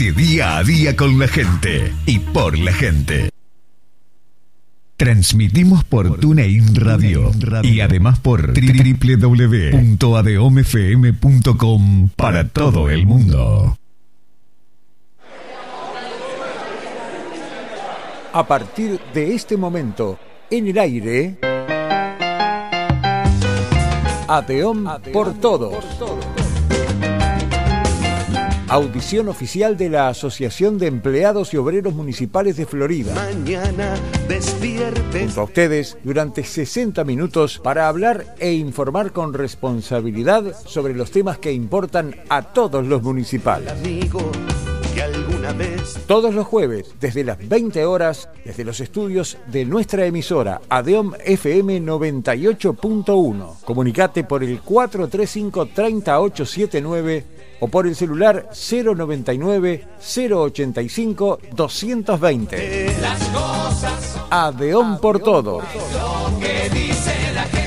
de día a día con la gente y por la gente. Transmitimos por TuneIn Radio y además por www.adeomfm.com para todo el mundo. A partir de este momento, en el aire, ADEOM por todos. Audición oficial de la Asociación de Empleados y Obreros Municipales de Florida. Mañana despiertes. Junto a ustedes durante 60 minutos para hablar e informar con responsabilidad sobre los temas que importan a todos los municipales. Amigo que alguna vez. Todos los jueves, desde las 20 horas, desde los estudios de nuestra emisora ADEOM FM 98.1. Comunicate por el 435-3879 o por el celular 099-085-220. Las cosas ADEOM por todo. lo que dice la gente.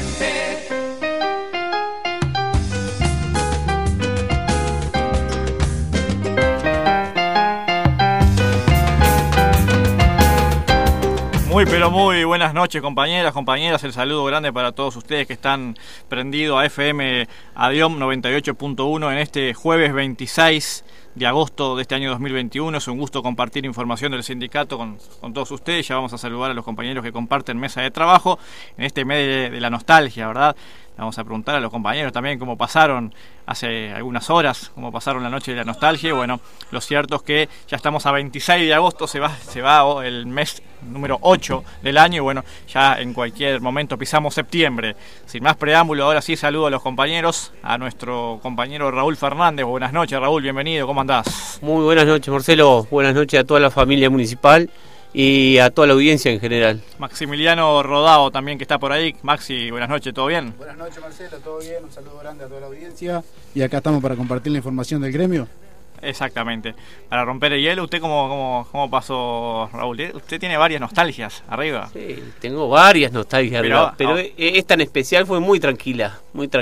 Muy pero muy buenas noches, compañeras, el saludo grande para todos ustedes que están prendidos a FM ADEOM 98.1 en este jueves 26 de agosto de este año 2021. Es un gusto compartir información del sindicato con todos ustedes. Ya vamos a saludar a los compañeros que comparten mesa de trabajo en este mes de la nostalgia, ¿verdad? Vamos a preguntar a los compañeros también cómo pasaron hace algunas horas, cómo pasaron la noche de la nostalgia. Y bueno, lo cierto es que ya estamos a 26 de agosto, se va el mes número 8 del año y bueno, ya en cualquier momento pisamos septiembre. Sin más preámbulo, ahora sí saludo a los compañeros, a nuestro compañero Raúl Fernández. Buenas noches, Raúl, bienvenido, ¿cómo andás? Muy buenas noches, Marcelo, buenas noches a toda la familia municipal y a toda la audiencia en general. Maximiliano Rodao también que está por ahí. Maxi, buenas noches, ¿todo bien? Buenas noches, Marcelo, todo bien, un saludo grande a toda la audiencia y acá estamos para compartir la información del gremio. Exactamente, para romper el hielo. ¿Usted cómo pasó, Raúl? Usted tiene varias nostalgias arriba. Sí, tengo varias nostalgias arriba, pero esta en especial fue muy tranquila,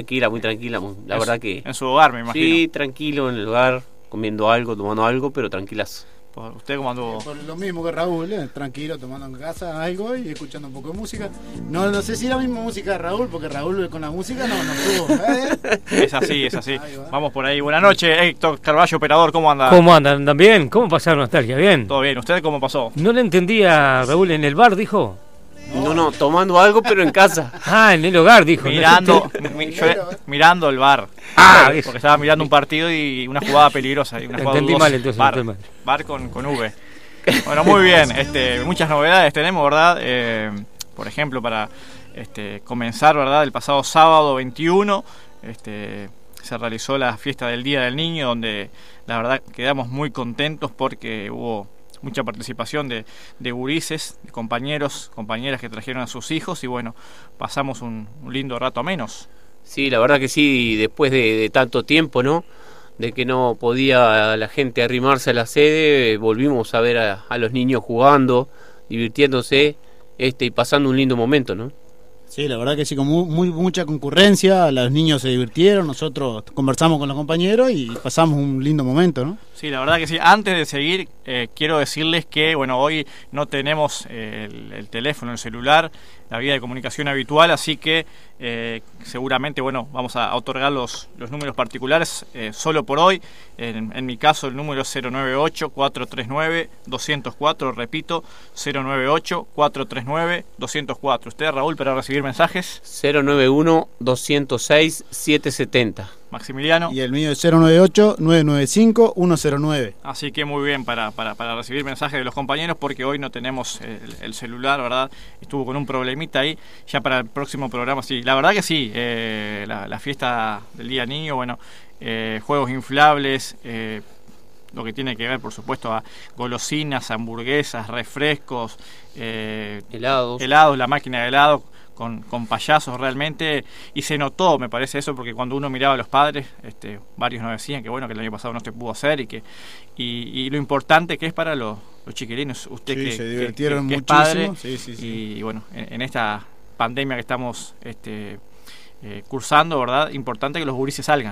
la verdad que... En su hogar, me imagino. Sí, tranquilo en el hogar, comiendo algo, tomando algo, pero tranquilas. ¿Usted cómo anduvo? Por lo mismo que Raúl, tranquilo, tomando en casa algo y escuchando un poco de música. No sé si la misma música de Raúl, porque Raúl con la música no tuvo. Es así. Vamos por ahí. Buenas noches, Héctor Carballo, operador, ¿cómo anda? ¿Cómo andan? ¿Andan bien? ¿Cómo pasaron nostalgia? ¿Bien? Todo bien. ¿Usted cómo pasó? No le entendía, Raúl, en el bar, dijo. No, tomando algo, pero en casa. Ah, en el hogar, dijo. Mirando el bar. Porque estaba mirando un partido y una jugada peligrosa. Entendí mal, entonces. Bar con V. Bueno, muy bien. Muchas novedades tenemos, ¿verdad? Por ejemplo, para comenzar, ¿verdad? El pasado sábado 21 se realizó la fiesta del Día del Niño, donde la verdad quedamos muy contentos porque hubo mucha participación de gurises, de compañeros, compañeras que trajeron a sus hijos y bueno, pasamos un lindo rato a menos. Sí, la verdad que sí, después de tanto tiempo, ¿no? De que no podía la gente arrimarse a la sede, volvimos a ver a los niños jugando, divirtiéndose y pasando un lindo momento, ¿no? Sí, la verdad que sí, con mucha concurrencia, los niños se divirtieron, nosotros conversamos con los compañeros y pasamos un lindo momento, ¿no? Sí, la verdad que sí. Antes de seguir, quiero decirles que bueno, hoy no tenemos el teléfono, el celular, la vía de comunicación habitual, así que seguramente bueno, vamos a otorgar los números particulares solo por hoy. En mi caso el número es 098-439-204, repito, 098-439-204. ¿Usted, Raúl, para recibir mensajes? 091-206-770. Maximiliano. Y el mío es 098-995-109. Así que muy bien para recibir mensajes de los compañeros, porque hoy no tenemos el celular, ¿verdad? Estuvo con un problemita ahí. Ya para el próximo programa, sí. La verdad que sí, la fiesta del Día Niño, bueno, juegos inflables, lo que tiene que ver, por supuesto, a golosinas, hamburguesas, refrescos, helados, la máquina de helado, con payasos realmente, y se notó, me parece eso, porque cuando uno miraba a los padres, varios nos decían que bueno, que el año pasado no se pudo hacer y lo importante que es para los chiquilinos. Usted sí, que se divirtieron que muchísimo. Es padre, sí. Y bueno, en esta pandemia que estamos cursando, ¿verdad? Importante que los gurises salgan.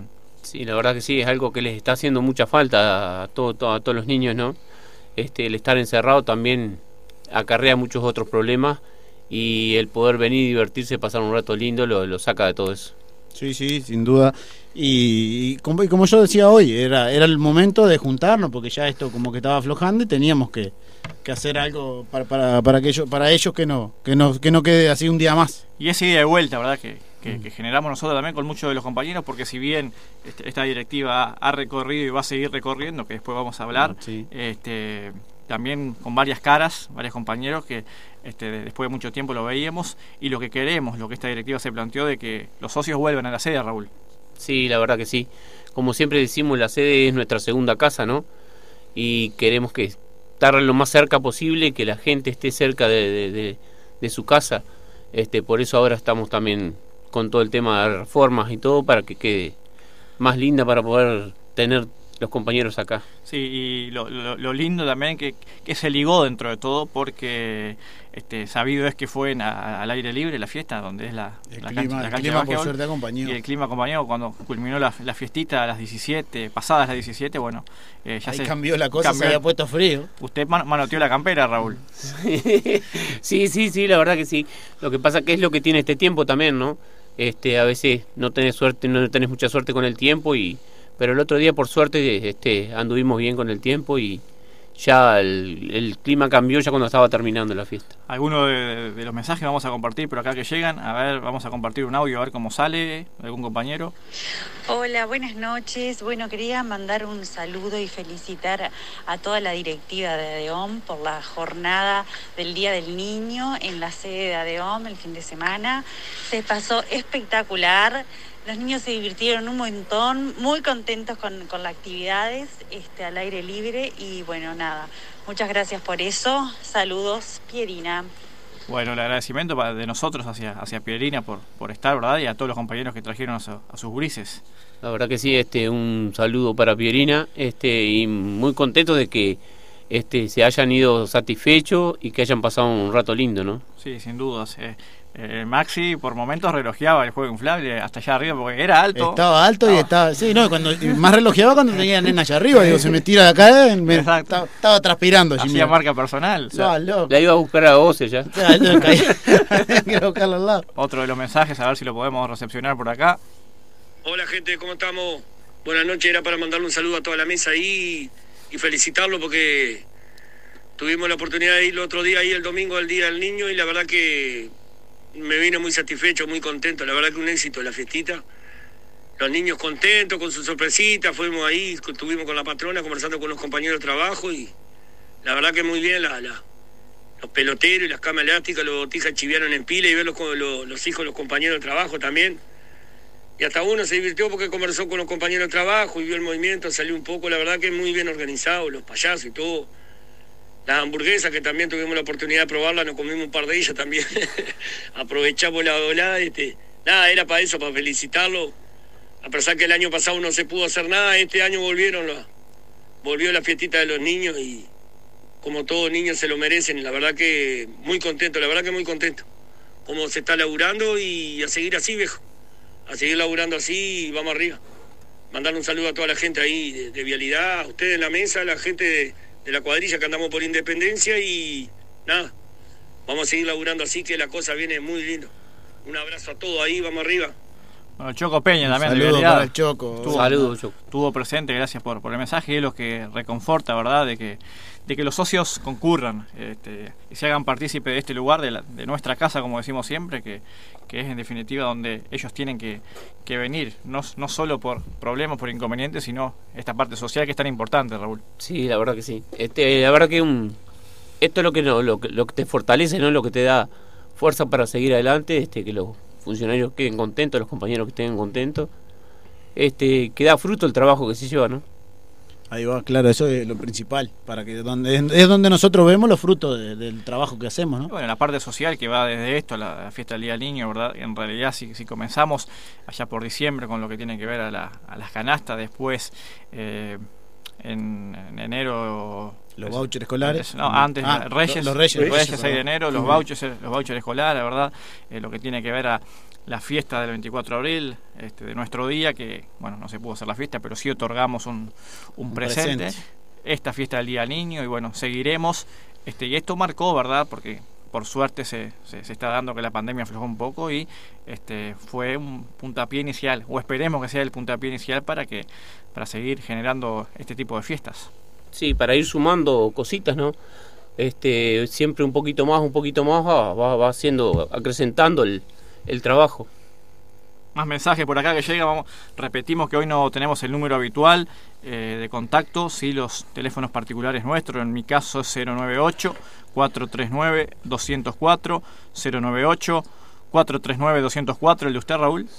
Sí, la verdad que sí, es algo que les está haciendo mucha falta a todos los niños, ¿no? El estar encerrado también acarrea muchos otros problemas y el poder venir y divertirse, pasar un rato lindo, lo saca de todo eso. Sí, sí, sin duda. Y como yo decía hoy, era el momento de juntarnos, porque ya esto como que estaba aflojando y teníamos que hacer algo para ellos que no quede así un día más. Y esa idea de vuelta, ¿verdad? Que generamos nosotros también con muchos de los compañeros, porque si bien esta directiva ha recorrido y va a seguir recorriendo, que después vamos a hablar, Sí. También con varios compañeros que después de mucho tiempo lo veíamos, y lo que queremos, lo que esta directiva se planteó, de que los socios vuelvan a la sede, Raúl. Sí, la verdad que sí. Como siempre decimos, la sede es nuestra segunda casa, ¿no? Y queremos que estar lo más cerca posible, que la gente esté cerca de su casa. Por eso ahora estamos también con todo el tema de reformas y todo, para que quede más linda, para poder tener los compañeros acá. Sí, y lo lindo también que se ligó dentro de todo, porque sabido es que fue al aire libre la fiesta, donde es la cancha de clima por básquetbol, suerte acompañó. y el clima acompañó cuando culminó la fiestita a las 17, pasadas las 17, bueno, ya Ahí se cambió la cosa, cambió. se había puesto frío. Usted manoteó la campera, Raúl. Sí, la verdad que sí. Lo que pasa que es lo que tiene este tiempo también, ¿no? A veces no tenés suerte, no tenés mucha suerte con el tiempo, pero el otro día por suerte anduvimos bien con el tiempo y ya el clima cambió ya cuando estaba terminando la fiesta. Algunos de los mensajes vamos a compartir por acá que llegan. A ver, vamos a compartir un audio, a ver cómo sale algún compañero. Hola, buenas noches. Bueno, quería mandar un saludo y felicitar a toda la directiva de ADEOM por la jornada del Día del Niño en la sede de ADEOM el fin de semana. Se pasó espectacular. Los niños se divirtieron un montón, muy contentos con las actividades al aire libre y bueno, nada, muchas gracias por eso. Saludos, Pierina. Bueno, el agradecimiento de nosotros hacia Pierina por estar, ¿verdad? Y a todos los compañeros que trajeron a sus grises. La verdad que sí, un saludo para Pierina, y muy contento de que se hayan ido satisfechos y que hayan pasado un rato lindo, ¿no? Sí, sin dudas. Maxi por momentos relojeaba el juego inflable hasta allá arriba porque era alto. Estaba alto y estaba. Sí, no, más relojeaba cuando tenía nena allá arriba. Digo, se me tira de acá, estaba transpirando. Hacía marca personal. La iba a buscar a Ose ya. Quiero buscarla al lado. Otro de los mensajes, a ver si lo podemos recepcionar por acá. Hola gente, ¿cómo estamos? Buenas noches, era para mandarle un saludo a toda la mesa ahí y felicitarlo porque tuvimos la oportunidad de ir el otro día ahí el domingo al Día del Niño y la verdad que me vine muy satisfecho, muy contento, la verdad que un éxito la fiestita. Los niños contentos con su sorpresita, fuimos ahí, estuvimos con la patrona conversando con los compañeros de trabajo y la verdad que muy bien, los peloteros y las camas elásticas, los botijas chiviaron en pila y ver los hijos, los compañeros de trabajo también. Y hasta uno se divirtió porque conversó con los compañeros de trabajo y vio el movimiento, salió un poco, la verdad que muy bien organizado, los payasos y todo. Las hamburguesas que también tuvimos la oportunidad de probarlas, nos comimos un par de ellas también. Aprovechamos la volada. Nada, era para eso, para felicitarlo. A pesar que el año pasado no se pudo hacer nada, este año volvió la fiestita de los niños y como todos niños se lo merecen. La verdad que muy contento, Como se está laburando y a seguir así, viejo. A seguir laburando así y vamos arriba. Mandarle un saludo a toda la gente ahí de Vialidad, a ustedes en la mesa, a la gente de la cuadrilla que andamos por Independencia y nada, vamos a seguir laburando así que la cosa viene muy lindo. Un abrazo a todos ahí, vamos arriba. Bueno, Choco Peña también. Saludos para el Choco. Saludos, Choco. Estuvo presente, gracias por el mensaje, y es lo que reconforta, ¿verdad? De que los socios concurran y se hagan partícipe de este lugar, de nuestra casa, como decimos siempre, que es en definitiva donde ellos tienen que venir, no solo por problemas, por inconvenientes, sino esta parte social que es tan importante, Raúl. Sí, la verdad que sí. La verdad que esto es lo que te fortalece, ¿no? Lo que te da fuerza para seguir adelante, que los funcionarios queden contentos, los compañeros que estén contentos, que da fruto el trabajo que se lleva, ¿no? Ahí va, claro, eso es lo principal, para que es donde nosotros vemos los frutos del trabajo que hacemos, ¿no? Bueno, la parte social que va desde esto, la fiesta del Día del Niño, ¿verdad? En realidad, si comenzamos allá por diciembre con lo que tiene que ver a las canastas, después en enero Los vouchers escolares. No, antes, Reyes, los Reyes 6 de enero, los vouchers escolares, ¿verdad? Lo que tiene que ver a la fiesta del 24 de abril, de nuestro día, que, bueno, no se pudo hacer la fiesta, pero sí otorgamos un presente. Esta fiesta del Día del Niño, y bueno, seguiremos. Y esto marcó, ¿verdad? Porque por suerte se está dando que la pandemia aflojó un poco y fue un puntapié inicial, o esperemos que sea el puntapié inicial para seguir generando este tipo de fiestas. Sí, para ir sumando cositas, ¿no? Siempre un poquito más va haciendo, acrecentando el trabajo. Más mensajes por acá que llegan. Repetimos que hoy no tenemos el número habitual de contacto, sí los teléfonos particulares nuestros. En mi caso es 098-439-204, 098-439-204. ¿El de usted, Raúl?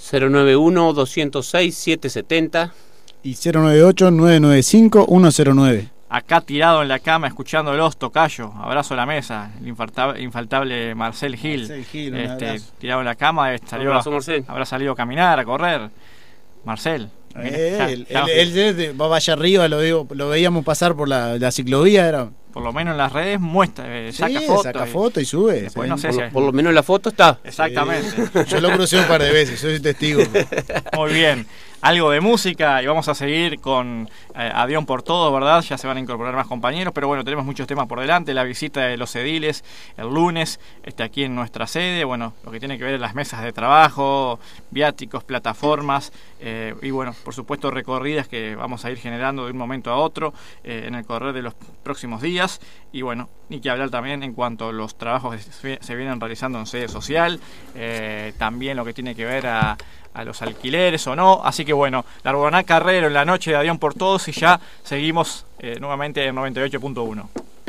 091-206-770 y 098-995-109. Acá tirado en la cama escuchándolos, tocayo, abrazo a la mesa, el infaltable Marcel Gil, tirado en la cama, habrá salido a caminar, a correr. Marcel. Él vaya arriba, lo veíamos pasar por la ciclovía, era... Por lo menos en las redes muestra, saca foto y sube. Después, no sé por lo menos en la foto está. Exactamente. Yo lo crucé un par de veces, soy testigo. Muy bien. Algo de música y vamos a seguir con Adión por todo, ¿verdad? Ya se van a incorporar más compañeros, pero bueno, tenemos muchos temas por delante. La visita de los ediles el lunes, aquí en nuestra sede, bueno, lo que tiene que ver en las mesas de trabajo, viáticos, plataformas y bueno, por supuesto recorridas que vamos a ir generando de un momento a otro en el correr de los próximos días. Y bueno, ni que hablar también en cuanto a los trabajos que se vienen realizando en sede social, también lo que tiene que ver a los alquileres o no. Así que bueno, la Larboná Carrero en la noche de Adión por Todos y ya seguimos nuevamente en 98.1.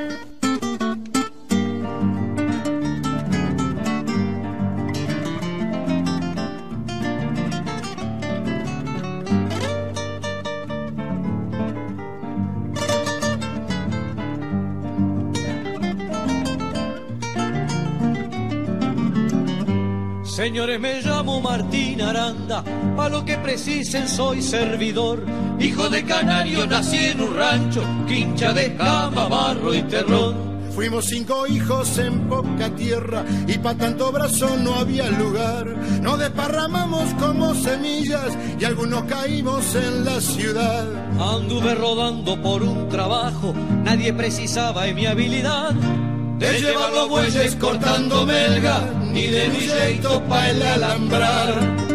Señores, me llamo Martín Aranda, pa' lo que precisen soy servidor. Hijo de canario, nací en un rancho, quincha de cama, barro y terrón. Fuimos 5 hijos en poca tierra y pa' tanto brazo no había lugar. Nos desparramamos como semillas y algunos caímos en la ciudad. Anduve rodando por un trabajo, nadie precisaba de mi habilidad. De llevar los bueyes cortando melga, ni de billeto pa' el alambrar.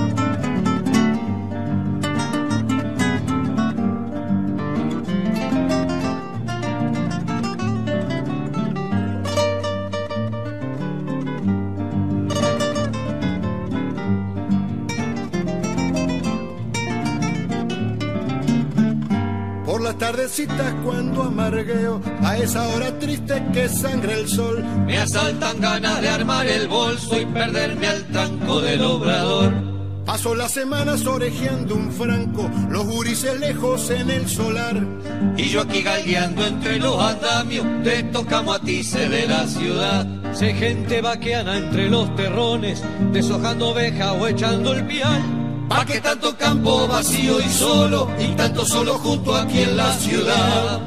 Tardecitas cuando amargueo, a esa hora triste que sangra el sol, me asaltan ganas de armar el bolso y perderme al tranco del obrador. Paso las semanas orejeando un franco, los gurises lejos en el solar, y yo aquí galgueando entre los andamios de estos matices de la ciudad. Sé gente vaqueana entre los terrones, deshojando oveja o echando el pial. ¿Pa' qué tanto campo vacío y solo, y tanto solo junto aquí en la ciudad?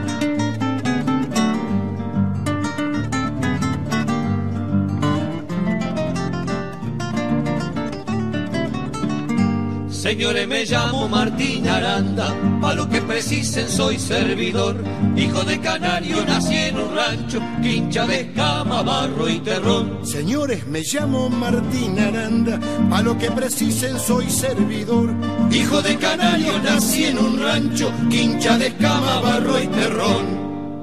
Señores, me llamo Martín Aranda, pa' lo que precisen soy servidor. Hijo de canario, nací en un rancho, quincha de escama, barro y terrón. Señores, me llamo Martín Aranda, pa' lo que precisen soy servidor. Hijo de canario, nací en un rancho, quincha de escama, barro y terrón.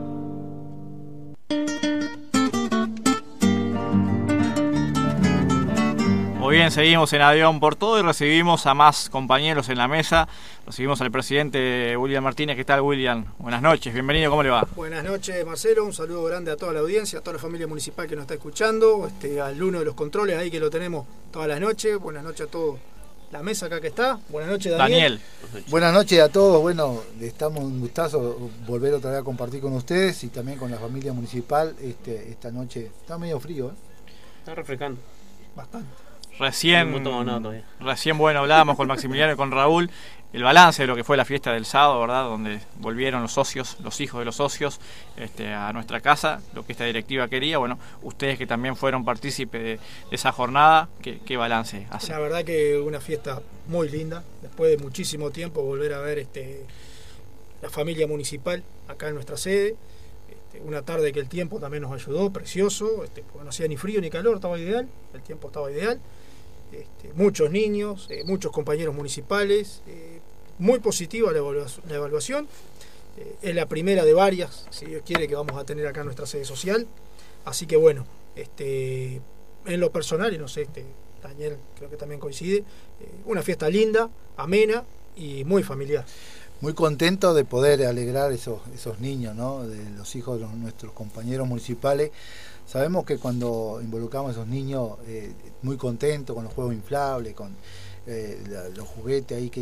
Muy bien, seguimos en Adión por Todo y recibimos a más compañeros en la mesa. Recibimos al presidente William Martínez. ¿Qué tal, William? Buenas noches, bienvenido, ¿cómo le va? Buenas noches, Marcelo. Un saludo grande a toda la audiencia, a toda la familia municipal que nos está escuchando, al uno de los controles ahí que lo tenemos todas las noches. Buenas noches a todos. La mesa acá que está. Buenas noches, Daniel. Buenas noches a todos. Bueno, estamos un gustazo volver otra vez a compartir con ustedes y también con la familia municipal. Esta noche está medio frío, Está refrescando. Bastante. Recién, No tomo nada todavía. recién bueno, hablábamos con Maximiliano y con Raúl el balance de lo que fue la fiesta del sábado, ¿verdad? Donde volvieron los socios, los hijos de los socios, a nuestra casa, lo que esta directiva quería. Bueno, ustedes que también fueron partícipes de esa jornada, ¿qué balance hacen? La verdad que una fiesta muy linda, después de muchísimo tiempo volver a ver la familia municipal acá en nuestra sede. Una tarde que el tiempo también nos ayudó, precioso, porque no hacía ni frío ni calor, estaba ideal, el tiempo estaba ideal. Muchos niños, muchos compañeros municipales, muy positiva la evaluación. Es la primera de varias, si Dios quiere, que vamos a tener acá en nuestra sede social. Así que bueno, en lo personal, y no sé, Daniel creo que también coincide, una fiesta linda, amena y muy familiar. Muy contento de poder alegrar esos niños, ¿no? De los hijos de nuestros compañeros municipales. Sabemos que cuando involucramos a esos niños, muy contentos con los juegos inflables, con los juguetes ahí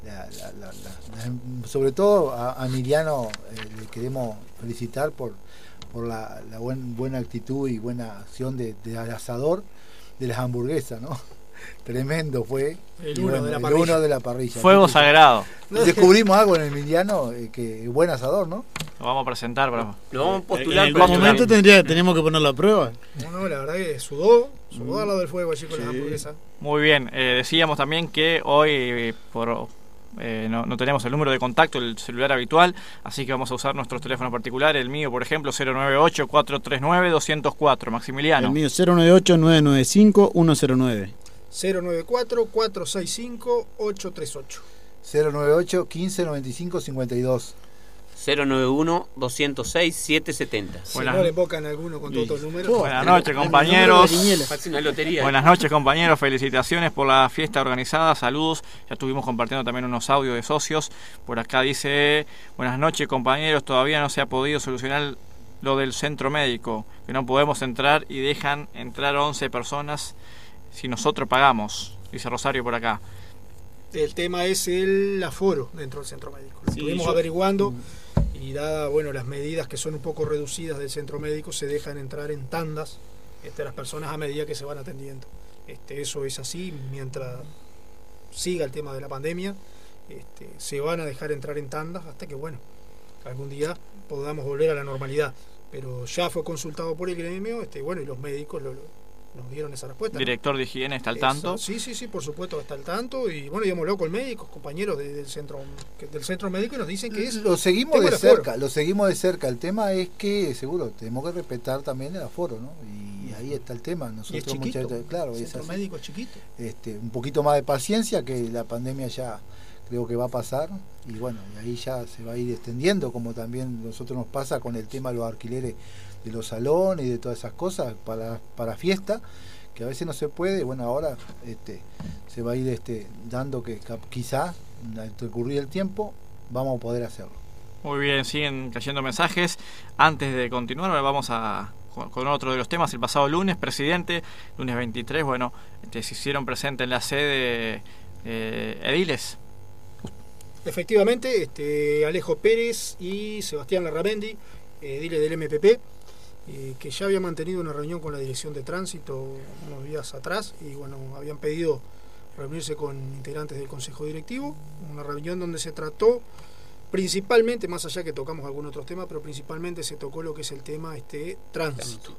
sobre todo a Emiliano le queremos felicitar por la buena actitud y buena acción de asador de las hamburguesas, ¿no? Tremendo fue el uno de la parrilla. Fuego sagrado. Descubrimos algo en Emiliano, que es buen asador, ¿no? Lo vamos a presentar, bro. Lo vamos a postular. En algún momento tenemos que ponerlo a prueba. No, la verdad que sudó al lado del fuego allí con las hamburguesas. Muy bien, decíamos también que hoy no tenemos el número de contacto, el celular habitual, así que vamos a usar nuestros teléfonos particulares. El mío, por ejemplo, 098-439-204. Maximiliano. El mío, 098-995-109. 094-465-838. 098-1595-52. 091-206-770. Si no le invocan alguno con todos los números. Buenas noches, compañeros. Una lotería. Buenas noches, compañeros. Felicitaciones por la fiesta organizada. Saludos. Ya estuvimos compartiendo también unos audios de socios. Por acá dice: buenas noches, compañeros. Todavía no se ha podido solucionar lo del centro médico, que no podemos entrar y dejan entrar 11 personas si nosotros pagamos. Dice Rosario por acá. El tema es el aforo dentro del centro médico. Lo estuvimos averiguando y dadas las medidas que son un poco reducidas del centro médico, se dejan entrar en tandas las personas a medida que se van atendiendo. Eso es así, mientras siga el tema de la pandemia, se van a dejar entrar en tandas hasta que algún día podamos volver a la normalidad. Pero ya fue consultado por el gremio, y los médicos nos dieron esa respuesta. ¿Director de higiene está al tanto? Sí, por supuesto está al tanto. Y ya hemos hablado con médicos, compañeros del centro médico, y nos dicen que es... Lo seguimos de cerca. El tema es que, seguro, tenemos que respetar también el aforo, ¿no? Y ahí está el tema. Nosotros, y es chiquito, claro, el centro médico es chiquito. Un poquito más de paciencia, que la pandemia ya creo que va a pasar. Y ahí ya se va a ir extendiendo, como también nosotros nos pasa con el tema de los alquileres de los salones y de todas esas cosas para fiesta, que a veces no se puede. Ahora se va a ir dando que quizá al transcurrir el tiempo vamos a poder hacerlo. Muy bien, siguen cayendo mensajes. Antes de continuar, ahora vamos con otro de los temas. El pasado lunes, lunes 23, se hicieron presentes en la sede ediles. Efectivamente, Alejo Pérez y Sebastián Larramendi, ediles del MPP, que ya había mantenido una reunión con la dirección de tránsito unos días atrás y habían pedido reunirse con integrantes del consejo directivo, una reunión donde se trató principalmente, más allá que tocamos algún otro tema, pero principalmente se tocó lo que es el tema tránsito.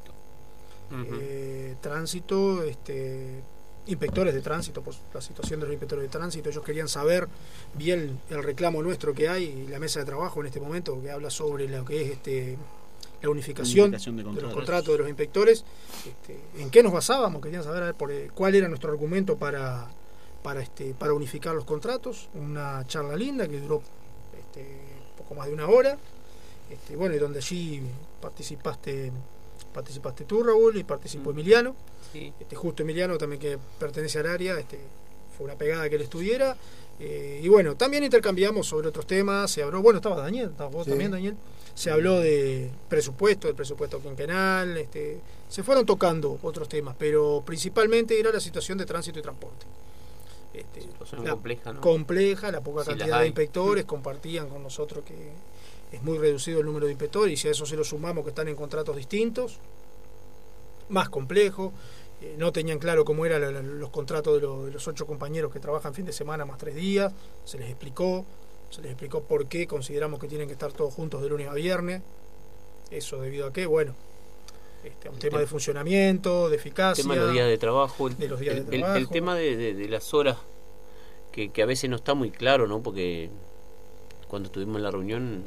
Tránsito, inspectores de tránsito, por la situación de los inspectores de tránsito. Ellos querían saber bien el reclamo nuestro que hay y la mesa de trabajo en este momento, que habla sobre lo que es la unificación de los contratos de los inspectores. ¿En qué nos basábamos? Querían saber cuál era nuestro argumento para unificar los contratos. Una charla linda que duró poco más de una hora, y donde allí participaste tú, Raúl, y participó Emiliano. Sí. Justo Emiliano también, que pertenece al área, fue una pegada que él estuviera. Y también intercambiamos sobre otros temas. Se habló, estaba Daniel, estabas vos también, Daniel. Se habló de presupuesto, del presupuesto quinquenal, se fueron tocando otros temas, pero principalmente era la situación de tránsito y transporte. Compleja, ¿no? Compleja, la poca cantidad de inspectores. Compartían con nosotros que es muy reducido el número de inspectores, y si a eso se lo sumamos que están en contratos distintos, más complejo. no tenían claro cómo eran los contratos de los 8 compañeros que trabajan fin de semana más 3 días, se les explicó por qué consideramos que tienen que estar todos juntos de lunes a viernes, eso debido a que, bueno, un tema de funcionamiento, de eficacia, el tema de los días de trabajo, el tema de las horas, que a veces no está muy claro, ¿no? Porque cuando estuvimos en la reunión,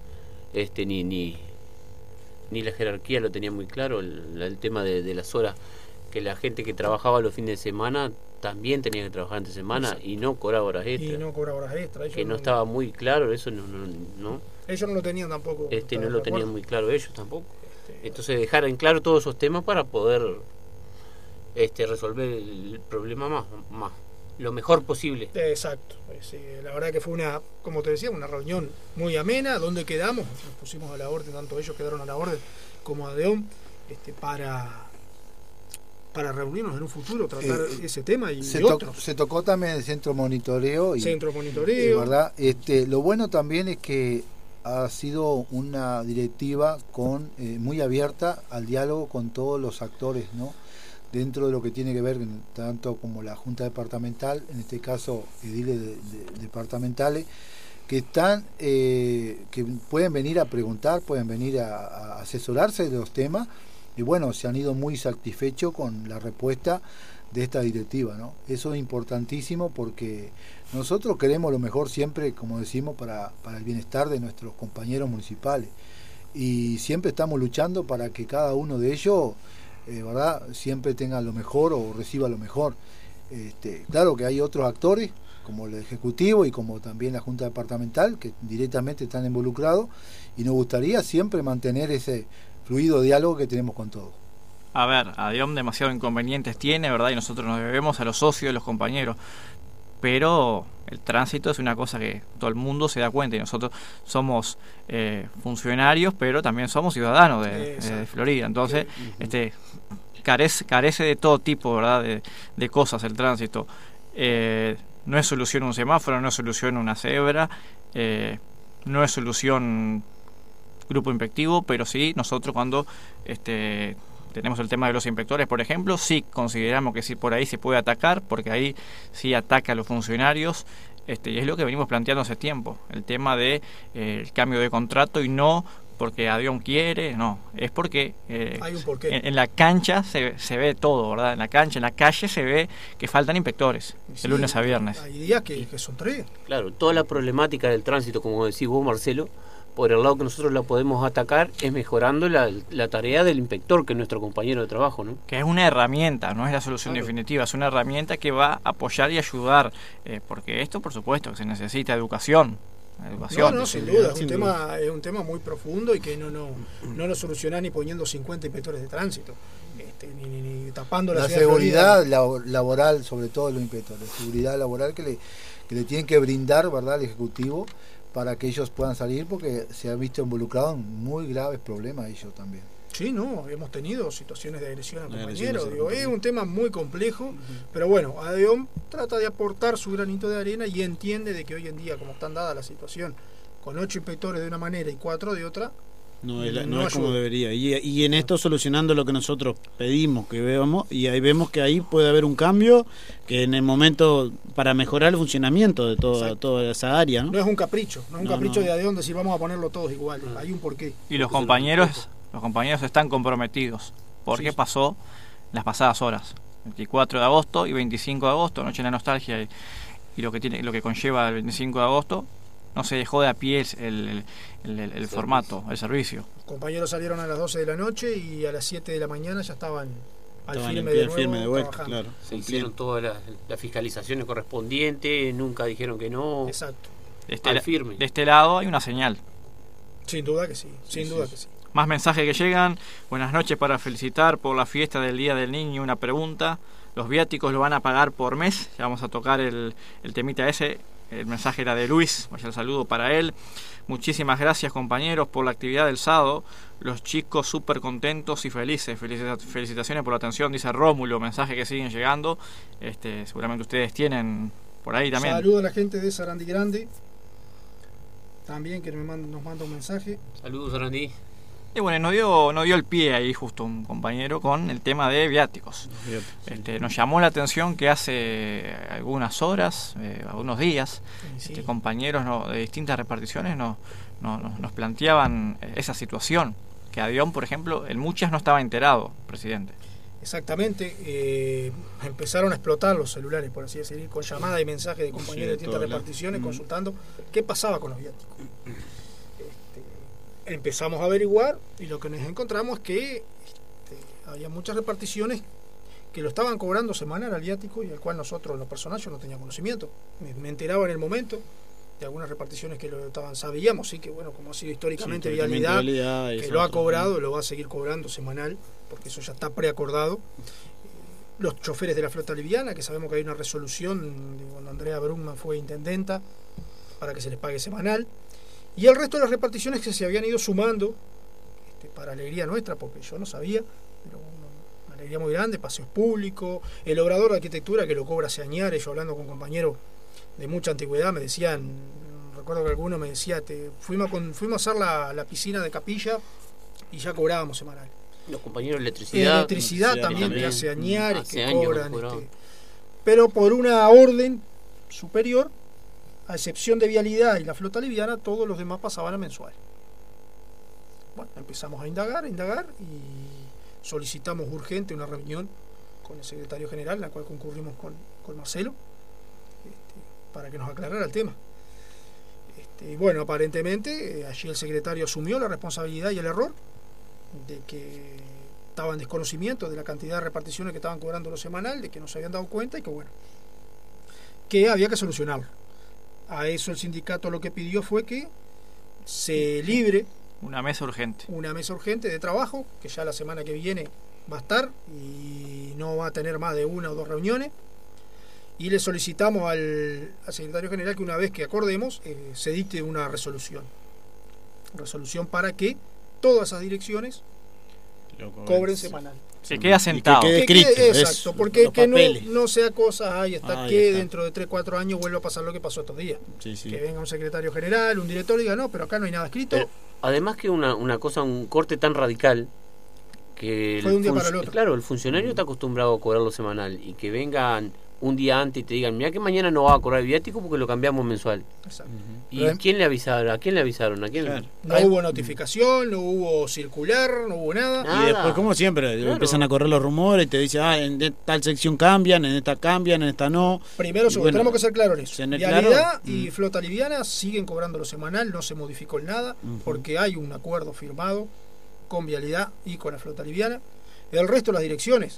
ni la jerarquía lo tenía muy claro, el tema de las horas, que la gente que trabajaba los fines de semana también tenía que trabajar entre semana y no cobraba horas extras. Que no estaba muy claro, eso no. Ellos no lo tenían tampoco. No lo tenían muy claro ellos tampoco. Entonces dejar en claro todos esos temas para poder resolver el problema más lo mejor posible. Exacto. La verdad que fue como te decía, una reunión muy amena, donde quedamos, nos pusimos a la orden, tanto ellos quedaron a la orden como ADEOM, para reunirnos en un futuro, tratar ese tema y otros. Se tocó también el centro monitoreo. ¿Verdad? Lo bueno también es que ha sido una directiva muy abierta al diálogo con todos los actores, ¿no? Dentro de lo que tiene que ver tanto como la Junta Departamental, en este caso ediles departamentales, que están que pueden venir a preguntar, pueden venir a asesorarse de los temas, y bueno, se han ido muy satisfechos con la respuesta de esta directiva, ¿no? Eso es importantísimo porque nosotros queremos lo mejor siempre, como decimos, para el bienestar de nuestros compañeros municipales, y siempre estamos luchando para que cada uno de ellos ¿verdad? Siempre tenga lo mejor o reciba lo mejor. Claro que hay otros actores como el Ejecutivo y como también la Junta Departamental que directamente están involucrados, y nos gustaría siempre mantener ese fluido diálogo que tenemos con todos. A ver, ADEOM demasiado inconvenientes tiene, ¿verdad? Y nosotros nos debemos a los socios, a los compañeros. Pero el tránsito es una cosa que todo el mundo se da cuenta, y nosotros somos funcionarios, pero también somos ciudadanos de Florida. Entonces, carece de todo tipo, ¿verdad? de cosas el tránsito. No es solución un semáforo, no es solución una cebra, no es solución grupo inspectivo, pero sí nosotros cuando tenemos el tema de los inspectores, por ejemplo, sí consideramos que sí, por ahí se puede atacar, porque ahí sí ataca a los funcionarios, y es lo que venimos planteando hace tiempo, el tema de el cambio de contrato, y no porque ADEOM quiere, no, es porque hay un porqué. En la cancha se ve todo, ¿verdad? En la cancha, en la calle se ve que faltan inspectores, de lunes a viernes. Hay días que son 3. Claro, toda la problemática del tránsito, como decís vos, Marcelo, por el lado que nosotros la podemos atacar es mejorando la tarea del inspector, que es nuestro compañero de trabajo, ¿no? Que es una herramienta, no es la solución definitiva, es una herramienta que va a apoyar y ayudar, porque esto, por supuesto, que se necesita educación. No, sin duda, es un tema muy profundo y que no lo solucionás ni poniendo 50 inspectores de tránsito, ni tapando la seguridad laboral, sobre todo los inspectores, seguridad laboral que le tienen que brindar, ¿verdad?, al Ejecutivo, para que ellos puedan salir, porque se han visto involucrados en muy graves problemas ellos también. Sí, no, hemos tenido situaciones de agresión a compañeros. Es un tema muy complejo, pero bueno, ADEOM trata de aportar su granito de arena y entiende de que hoy en día, como están dada la situación, con 8 inspectores de una manera y 4 de otra, no es como debería. Y en esto solucionando lo que nosotros pedimos que veamos, y ahí vemos que ahí puede haber un cambio que en el momento para mejorar el funcionamiento de toda esa área, ¿no? No es un capricho, de ADEOM decir vamos a ponerlo todos iguales, hay un porqué. Y los compañeros están comprometidos, porque pasó las pasadas horas, 24 de agosto y 25 de agosto, Noche de la Nostalgia, y lo que conlleva el 25 de agosto. No se dejó de a pie el formato, el servicio. Los compañeros salieron a las 12 de la noche y a las 7 de la mañana ya estaban al firme de vuelta, claro. Se hicieron todas las fiscalizaciones correspondientes, nunca dijeron que no. Exacto. De este lado hay una señal. Sin duda que sí, que sí. Más mensajes que llegan. Buenas noches, para felicitar por la fiesta del Día del Niño. Una pregunta: ¿los viáticos lo van a pagar por mes? Ya vamos a tocar el temita ese. El mensaje era de Luis, vaya el saludo para él. Muchísimas gracias, compañeros, por la actividad del sábado. Los chicos súper contentos y felices. Felicitaciones por la atención, dice Rómulo. Mensaje que siguen llegando. Seguramente ustedes tienen por ahí también. Saludo a la gente de Sarandí Grande también, que nos manda un mensaje. Saludos, Sarandí. Y bueno, nos dio el pie ahí justo un compañero con el tema de viáticos. Nos llamó la atención que hace algunas horas, algunos días, compañeros de distintas reparticiones nos planteaban esa situación, que ADIOM, por ejemplo, en muchas no estaba enterado, presidente. Exactamente, empezaron a explotar los celulares, por así decir, con llamadas y mensajes de compañeros de distintas reparticiones consultando qué pasaba con los viáticos. Empezamos a averiguar y lo que nos encontramos es que había muchas reparticiones que lo estaban cobrando semanal al viático y al cual nosotros, en lo personal, yo no tenía conocimiento. Me enteraba en el momento de algunas reparticiones que lo estaban, sabíamos, sí, que bueno, como ha sido históricamente Vialidad, que lo ha cobrado, lo va a seguir cobrando semanal, porque eso ya está preacordado. Los choferes de la flota liviana, que sabemos que hay una resolución de cuando Andrea Brugman fue intendenta para que se les pague semanal. Y el resto de las reparticiones que se habían ido sumando, para alegría nuestra, porque yo no sabía, pero una alegría muy grande, paseos públicos, el obrador de arquitectura que lo cobra hace añares, yo hablando con compañeros de mucha antigüedad, me decían, recuerdo que alguno me decía, fuimos a hacer la piscina de Capilla y ya cobrábamos semanal. Los compañeros de electricidad también, que hace añares que cobran, pero por una orden superior, a excepción de Vialidad y la flota liviana, todos los demás pasaban a mensual. Bueno, empezamos a indagar y solicitamos urgente una reunión con el secretario general, en la cual concurrimos con Marcelo, para que nos aclarara el tema. Y bueno, aparentemente allí el secretario asumió la responsabilidad y el error de que estaba en desconocimiento de la cantidad de reparticiones que estaban cobrando lo semanal, de que no se habían dado cuenta y que bueno, que había que solucionarlo. A eso el sindicato lo que pidió fue que se libre una mesa urgente de trabajo, que ya la semana que viene va a estar y no va a tener más de 1 o 2 reuniones, y le solicitamos al secretario general que una vez que acordemos se dicte una resolución para que todas esas direcciones cobren semanal. Se queda sentado. Que quede escrito, exacto, porque que no sea cosa, ahí está, dentro de 3-4 años vuelva a pasar lo que pasó estos días. Que venga un secretario general, un director y diga, no, pero acá no hay nada escrito. Pero, además que una cosa, un corte tan radical, que fue de un día para el otro. Claro, el funcionario está acostumbrado a cobrarlo semanal y que vengan un día antes y te digan, mira que mañana no va a cobrar el viático porque lo cambiamos mensual. Exacto. ¿Y quién le avisaron? ¿A quién le avisaron? No hubo notificación, no hubo circular, no hubo nada. Y después, como siempre, empiezan a correr los rumores y te dicen, en tal sección cambian, en esta no. Primero, tenemos que ser claros en eso. Vialidad y flota liviana siguen cobrando lo semanal, no se modificó en nada, porque hay un acuerdo firmado con Vialidad y con la flota liviana. El resto de las direcciones,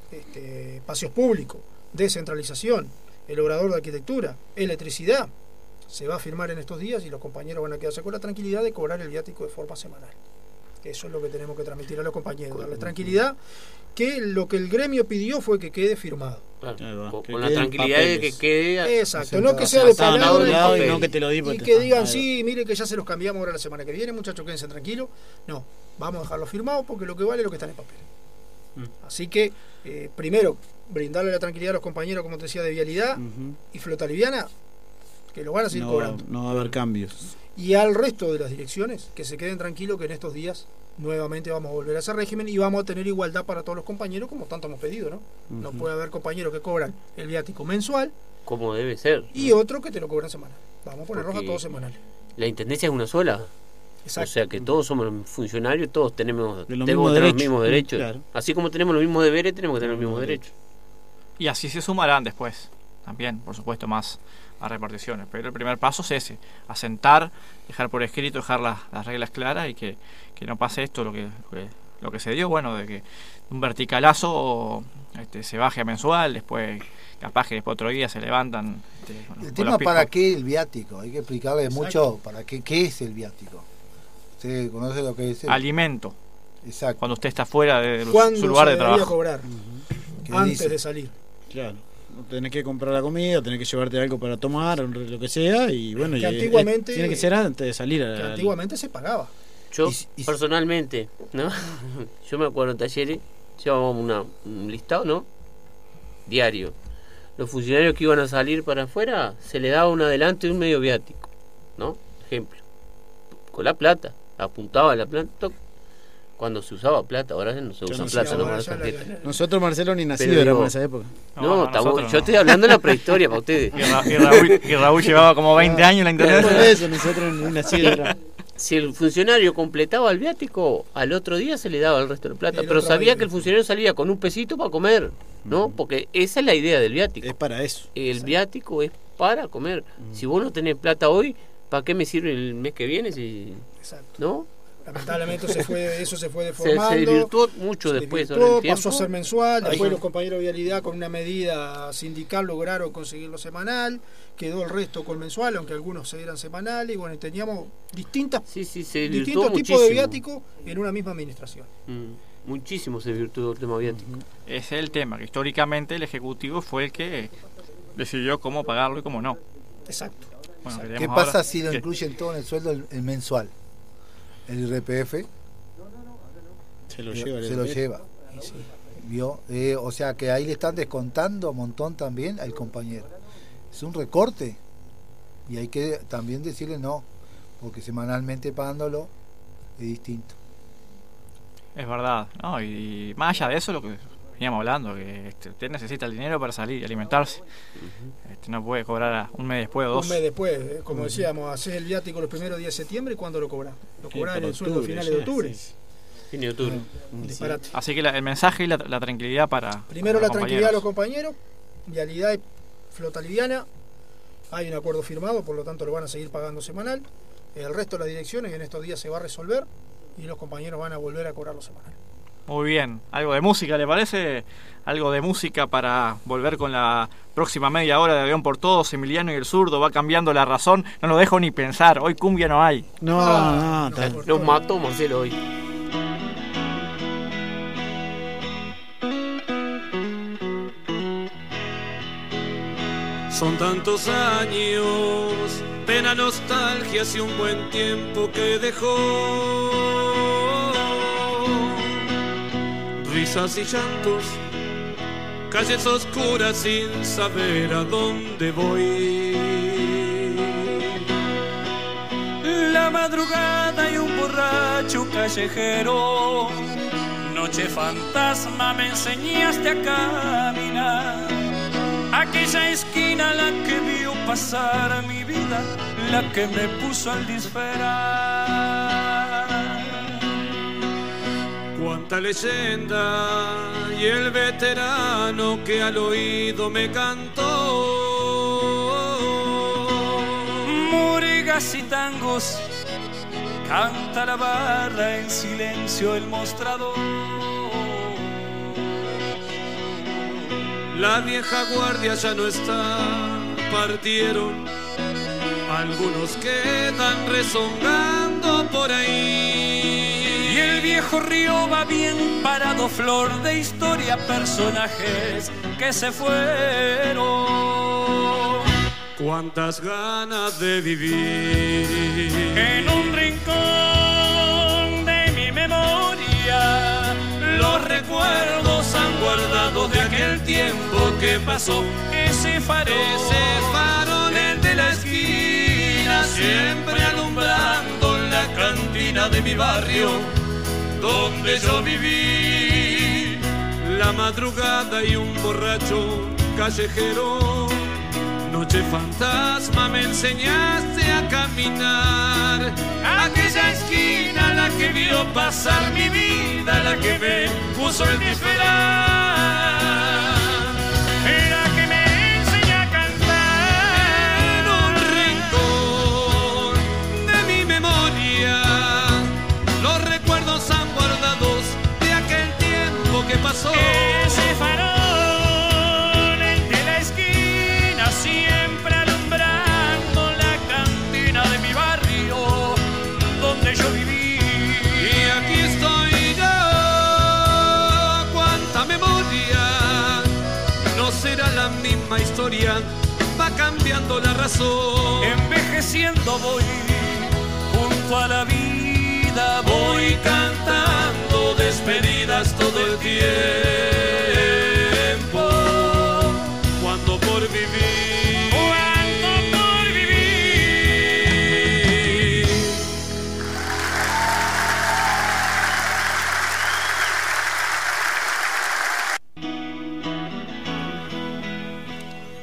paseos públicos, descentralización, el obrador de arquitectura, electricidad, se va a firmar en estos días y los compañeros van a quedarse con la tranquilidad de cobrar el viático de forma semanal. Eso es lo que tenemos que transmitir a los compañeros, darles tranquilidad, que lo que el gremio pidió fue que quede firmado. Claro, con la tranquilidad de que quede. Exacto, no que sea de palabra y no que te lo diga. Y que digan, sí, mire que ya se los cambiamos ahora la semana que viene, muchachos, quédense tranquilos. No, vamos a dejarlo firmado porque lo que vale es lo que está en el papel. Así que, primero, brindarle la tranquilidad a los compañeros, como te decía, de Vialidad y flota liviana, que lo van a seguir cobrando. No va a haber cambios. Y al resto de las direcciones, que se queden tranquilos que en estos días nuevamente vamos a volver a ese régimen y vamos a tener igualdad para todos los compañeros, como tanto hemos pedido, ¿no? No puede haber compañeros que cobran el viático mensual, como debe ser, y otro que te lo cobran semanal. Vamos a ponerlos a todos semanales. La intendencia es una sola. Exacto. O sea que todos somos funcionarios, todos tenemos los mismos derechos. Claro. Así como tenemos los mismos deberes, tenemos que tener los mismos derechos. Y así se sumarán después, también, por supuesto, más a reparticiones. Pero el primer paso es ese, asentar, dejar por escrito, dejar las reglas claras y que no pase esto, lo que se dio, bueno, de que un verticalazo se baje a mensual, después capaz que después otro día se levantan. El tema, ¿para qué el viático? Hay que explicarle mucho para qué es el viático. ¿Usted conoce lo que es? Alimento. Exacto. Cuando usted está fuera de su lugar de trabajo. Cobrar antes de salir. Claro. Tenés que comprar la comida, tenés que llevarte algo para tomar, lo que sea, y bueno, que antiguamente, tiene que ser antes de salir. Que antiguamente se pagaba. Yo, personalmente, ¿no? Yo me acuerdo en talleres, llevábamos un listado, ¿no? Diario. Los funcionarios que iban a salir para afuera, se les daba un adelanto y un medio viático, ¿no? Ejemplo. Con la plata, apuntaba a la plata, cuando se usaba plata, ahora ya no se usa plata, no más tarjeta. Nosotros, Marcelo, ni nacido éramos en esa época. Yo estoy hablando de la prehistoria para ustedes. Y Raúl llevaba como 20 años en la internet. Por eso, nosotros ni nacidos éramos. Si el funcionario completaba el viático, al otro día se le daba el resto de plata. Pero sabía que el funcionario salía con un pesito para comer, ¿no? Porque esa es la idea del viático. Es para eso. El viático es para comer. Si vos no tenés plata hoy, ¿para qué me sirve el mes que viene? Exacto. ¿No? Lamentablemente eso se fue deformando. Se desvirtuó mucho después. Pasó a ser mensual. Después los compañeros de vialidad con una medida sindical lograron conseguirlo semanal. Quedó el resto con mensual, aunque algunos eran semanales. Y bueno, teníamos distintos tipos de viático en una misma administración. Muchísimo se desvirtuó el tema viático. Ese es el tema, que históricamente el Ejecutivo fue el que decidió cómo pagarlo y cómo no. Exacto. Bueno, ¿qué pasa si lo incluyen todo en el sueldo el mensual? El IRPF se lo lleva. Sí. ¿Vio? O sea que ahí le están descontando un montón también al compañero. Es un recorte y hay que también decirle no, porque semanalmente pagándolo es distinto. Es verdad, ¿no? Y más allá de eso, lo que veníamos hablando, que usted necesita el dinero para salir y alimentarse. No puede cobrar un mes después o 2. Un mes después, como decíamos, haces el viático los primeros días de septiembre. ¿Y cuándo lo cobras? Lo cobras en el sueldo finales de octubre. Fin de octubre. Disparate. Así que el mensaje y la tranquilidad para. Primero la tranquilidad a los compañeros, vialidad y flota liviana. Hay un acuerdo firmado, por lo tanto lo van a seguir pagando semanal. El resto de las direcciones en estos días se va a resolver y los compañeros van a volver a cobrarlo semanal. Muy bien. ¿Algo de música le parece? Algo de música para volver con la próxima media hora de Avión por Todos. Emiliano y el Zurdo va cambiando la razón. No lo dejo ni pensar. Hoy cumbia no hay. No. Los mató Marcelo hoy. Son tantos años, pena, nostalgia y un buen tiempo que dejó. Risas y llantos, calles oscuras sin saber a dónde voy. La madrugada y un borracho callejero, noche fantasma me enseñaste a caminar. Aquella esquina la que vio pasar mi vida, la que me puso al disparar. Cuánta leyenda y el veterano que al oído me cantó. Murigas y tangos, canta la barra en silencio el mostrador. La vieja guardia ya no está, partieron. Algunos quedan rezongando por ahí. Y el viejo río va bien parado, flor de historia, personajes que se fueron. Cuántas ganas de vivir en un rincón de mi memoria. Los recuerdos han guardado de aquel tiempo que pasó. Ese farol, el de la esquina, siempre alumbrando la cantina de mi barrio, donde yo viví. La madrugada y un borracho callejero, noche fantasma me enseñaste a caminar. Aquella esquina la que vio pasar mi vida, la que me puso el disparar. La que me enseña a cantar en un rincón de mi memoria. Los recuerdos han guardados de aquel tiempo que pasó. Ese farol, el de la esquina, siempre alumbrando la cantina de mi barrio, donde yo viví. Y aquí estoy yo, cuánta memoria. No será la misma historia, va cambiando la razón. Envejeciendo voy, junto a la vida voy cantando despedidas todo el tiempo. Cuando por vivir, cuando por vivir.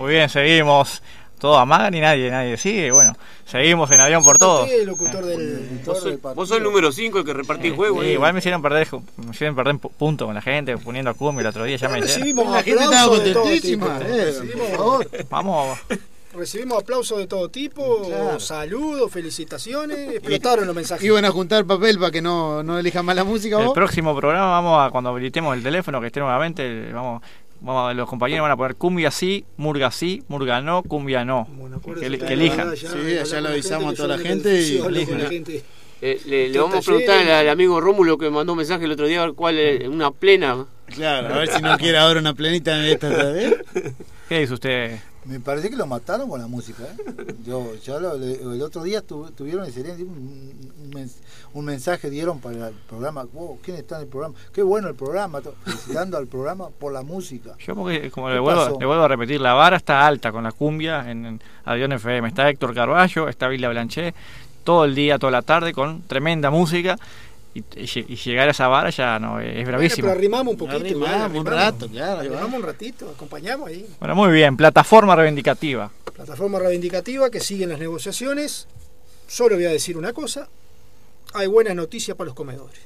Muy bien, seguimos. Todo amagan y nadie sigue. Bueno, seguimos en Avión por Todo. El locutor del Vos sos el número 5 el que reparte el juego. Sí, igual me hicieron perder puntos con la gente, poniendo a cumbia el otro día. Ya me recibimos la gente estaba contentísima. Vamos. Recibimos aplausos de todo tipo, saludos, felicitaciones, explotaron los mensajes. Iban a juntar papel para que no elijan más la música. El próximo programa vamos a, cuando habilitemos el teléfono, que esté nuevamente, los compañeros van a poner cumbia sí, murga no, cumbia no. Bueno, que elijan. Sí, allá lo avisamos a toda la gente y le vamos a preguntar al amigo Rómulo que mandó un mensaje el otro día cuál es una plena. Claro, a ver si no quiere ahora una plenita de esta vez. ¿Qué dice usted? Me parece que lo mataron con la música, el otro día tuvieron excelente un mensaje dieron para el programa. Wow, ¿quién está en el programa? Qué bueno el programa, felicitando al programa por la música. Yo porque como le vuelvo a repetir, la vara está alta con la cumbia en Avión FM. Está Héctor Carballo, está Villa Blanchet, todo el día, toda la tarde con tremenda música. Y llegar a esa vara ya no es bravísimo. Pero arrimamos un poquito. Arrimamos un rato, claro. Arrimamos un ratito, acompañamos ahí. Bueno, muy bien. Plataforma reivindicativa. Plataforma reivindicativa que siguen las negociaciones. Solo voy a decir una cosa. Hay buenas noticias para los comedores.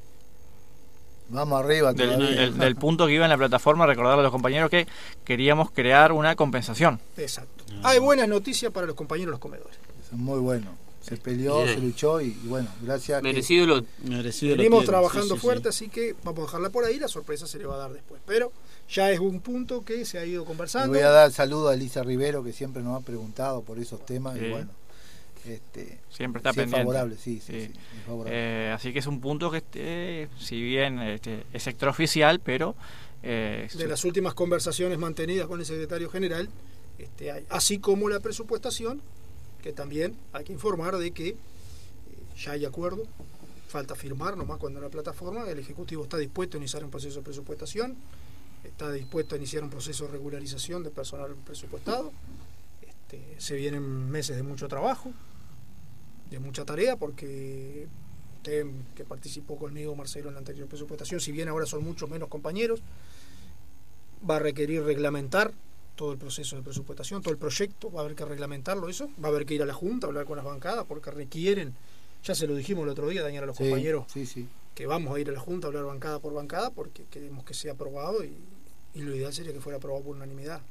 Vamos arriba. Del punto que iba en la plataforma, recordarle a los compañeros que queríamos crear una compensación. Exacto. Hay buenas noticias para los compañeros de los comedores. Eso es muy bueno. Se peleó, se luchó y bueno, gracias. Merecido venimos trabajando fuerte, así que vamos a dejarla por ahí, la sorpresa se le va a dar después. Pero ya es un punto que se ha ido conversando. Le voy a dar saludo a Elisa Rivero, que siempre nos ha preguntado por esos temas y bueno, siempre está pendiente. Es favorable, sí, es favorable. Así que es un punto que si bien es extraoficial, pero de las últimas conversaciones mantenidas con el secretario general, así como la presupuestación, que también hay que informar de que ya hay acuerdo, falta firmar nomás cuando la plataforma, el Ejecutivo está dispuesto a iniciar un proceso de presupuestación, está dispuesto a iniciar un proceso de regularización de personal presupuestado, se vienen meses de mucho trabajo, de mucha tarea, porque usted que participó conmigo, Marcelo, en la anterior presupuestación, si bien ahora son muchos menos compañeros, va a requerir reglamentar todo el proceso de presupuestación, todo el proyecto, va a haber que reglamentarlo eso, va a haber que ir a la Junta, hablar con las bancadas, porque requieren, ya se lo dijimos el otro día, Daniel, a los compañeros, que vamos a ir a la Junta a hablar bancada por bancada, porque queremos que sea aprobado y lo ideal sería que fuera aprobado por unanimidad,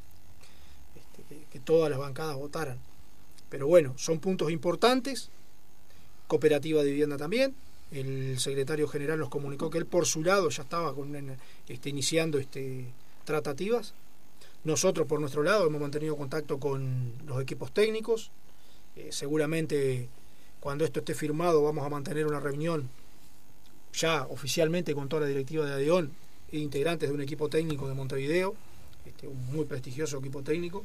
que todas las bancadas votaran. Pero bueno, son puntos importantes. Cooperativa de vivienda también. El secretario general nos comunicó que él por su lado ya estaba iniciando tratativas. Nosotros por nuestro lado hemos mantenido contacto con los equipos técnicos. Seguramente cuando esto esté firmado vamos a mantener una reunión ya oficialmente con toda la directiva de ADEON e integrantes de un equipo técnico de Montevideo, un muy prestigioso equipo técnico.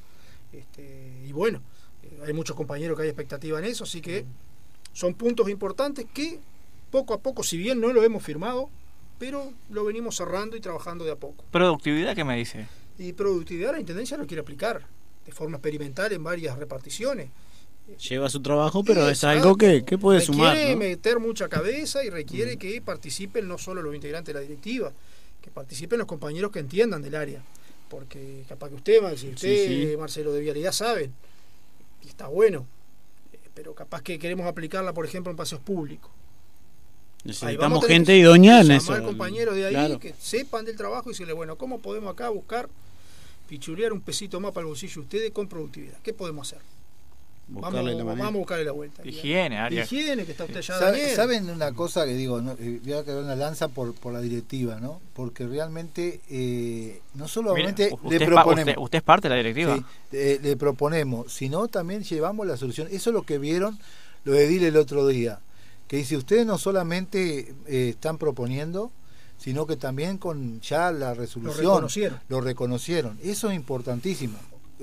Y bueno, hay muchos compañeros que hay expectativa en eso, así que son puntos importantes que poco a poco, si bien no lo hemos firmado, pero lo venimos cerrando y trabajando de a poco. ¿Productividad qué me dice? Y productividad la Intendencia lo quiere aplicar de forma experimental en varias reparticiones. Lleva su trabajo, pero es algo que puede sumar. Requiere meter mucha cabeza y requiere que participen no solo los integrantes de la directiva, que participen los compañeros que entiendan del área. Porque capaz que usted, Marcelo, de vialidad saben, y está bueno, pero capaz que queremos aplicarla, por ejemplo, en paseos públicos. Necesitamos gente idónea en eso. Llamar compañeros de ahí que sepan del trabajo y decirle, bueno, ¿cómo podemos acá buscar, pichulear un pesito más para el bolsillo de ustedes con productividad? ¿Qué podemos hacer? Vamos a buscarle la vuelta. Higiene, que está usted ya. ¿Saben una cosa que digo? Voy a quedar una lanza por la directiva, ¿no? Porque realmente no solamente le proponemos. Usted es parte de la directiva. Sí, le proponemos, sino también llevamos la solución. Eso es lo que vieron los ediles el otro día. Que dice, ustedes no solamente están proponiendo, sino que también con ya la resolución lo reconocieron. Eso es importantísimo.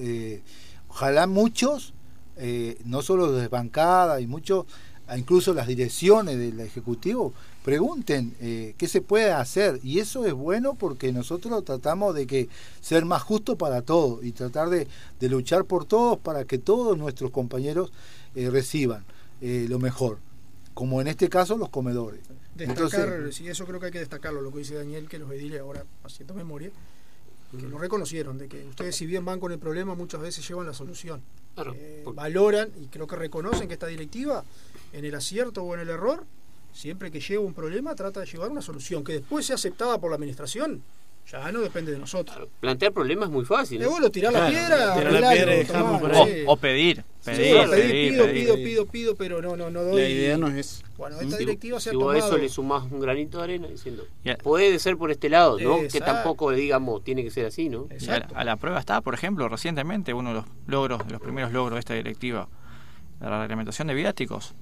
Ojalá muchos, no solo los de bancada y muchos, incluso las direcciones del Ejecutivo, pregunten qué se puede hacer. Y eso es bueno porque nosotros tratamos de que ser más justo para todos y tratar de luchar por todos para que todos nuestros compañeros reciban lo mejor. Como en este caso los comedores. Destacar, sí, eso creo que hay que destacarlo, lo que dice Daniel, que los ediles ahora, haciendo memoria, que lo reconocieron, de que ustedes si bien van con el problema, muchas veces llevan la solución. Claro. Valoran y creo que reconocen que esta directiva, en el acierto o en el error, siempre que lleva un problema, trata de llevar una solución, que después sea aceptada por la administración, ya no depende de nosotros. Plantear problemas es muy fácil, ¿no? Bueno, tirar la piedra, o pedir. Pido, pero no doy. La idea no es. Bueno, esta directiva se ha si tomado. vos a eso le sumás un granito de arena diciendo, puede ser por este lado, ¿no? Exacto. Que tampoco, digamos, tiene que ser así, ¿no? A la prueba está, por ejemplo, recientemente uno de los primeros logros de esta directiva, la reglamentación de viáticos.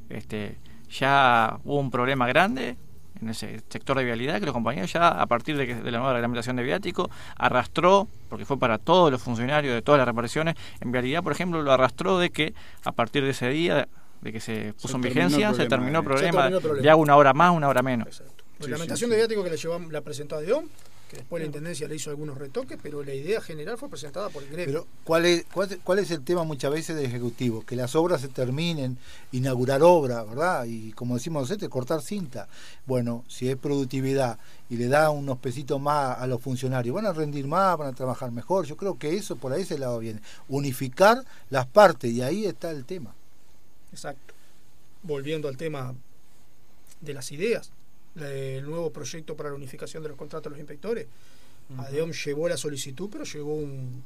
Ya hubo un problema grande en ese sector de vialidad que los compañeros ya a partir de la nueva reglamentación de viático arrastró, porque fue para todos los funcionarios de todas las reparticiones en vialidad, por ejemplo, lo arrastró de que a partir de ese día de que se puso en vigencia se terminó el problema de hago una hora más, una hora menos. Exacto. Reglamentación de viático que la presentó a DEOM, que después la Intendencia le hizo algunos retoques, pero la idea general fue presentada por el gremio. Pero ¿cuál es el tema muchas veces del Ejecutivo? Que las obras se terminen, inaugurar obras, ¿verdad? Y como decimos nosotros, cortar cinta. Bueno, si es productividad y le da unos pesitos más a los funcionarios, van a rendir más, van a trabajar mejor. Yo creo que eso por ahí ese lado viene. Unificar las partes, y ahí está el tema. Exacto. Volviendo al tema de las ideas, el nuevo proyecto para la unificación de los contratos de los inspectores. ADEOM llevó la solicitud, pero llevó un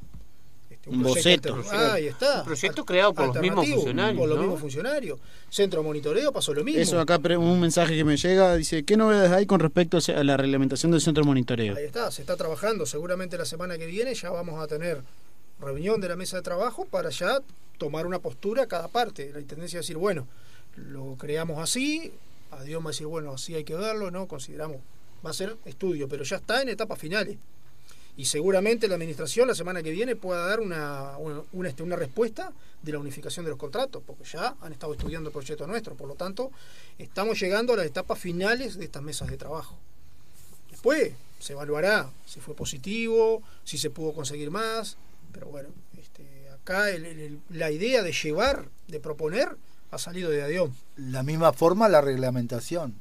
boceto. Ahí está. Un proyecto creado por los mismos funcionarios. Por los mismos funcionarios. Centro de monitoreo pasó lo mismo. Eso acá, un mensaje que me llega, dice, ¿qué novedades hay con respecto a la reglamentación del centro de monitoreo? Ahí está, se está trabajando. Seguramente la semana que viene ya vamos a tener reunión de la mesa de trabajo para ya tomar una postura a cada parte. La Intendencia va a decir, bueno, lo creamos así, ADEOM va a decir, bueno, así hay que verlo, ¿no? Consideramos, va a ser estudio, pero ya está en etapas finales. Y seguramente la Administración la semana que viene pueda dar una respuesta de la unificación de los contratos, porque ya han estado estudiando el proyecto nuestro. Por lo tanto, estamos llegando a las etapas finales de estas mesas de trabajo. Después se evaluará si fue positivo, si se pudo conseguir más, pero bueno, acá la idea de llevar, de proponer, ha salido de ADEOM. La misma forma la reglamentación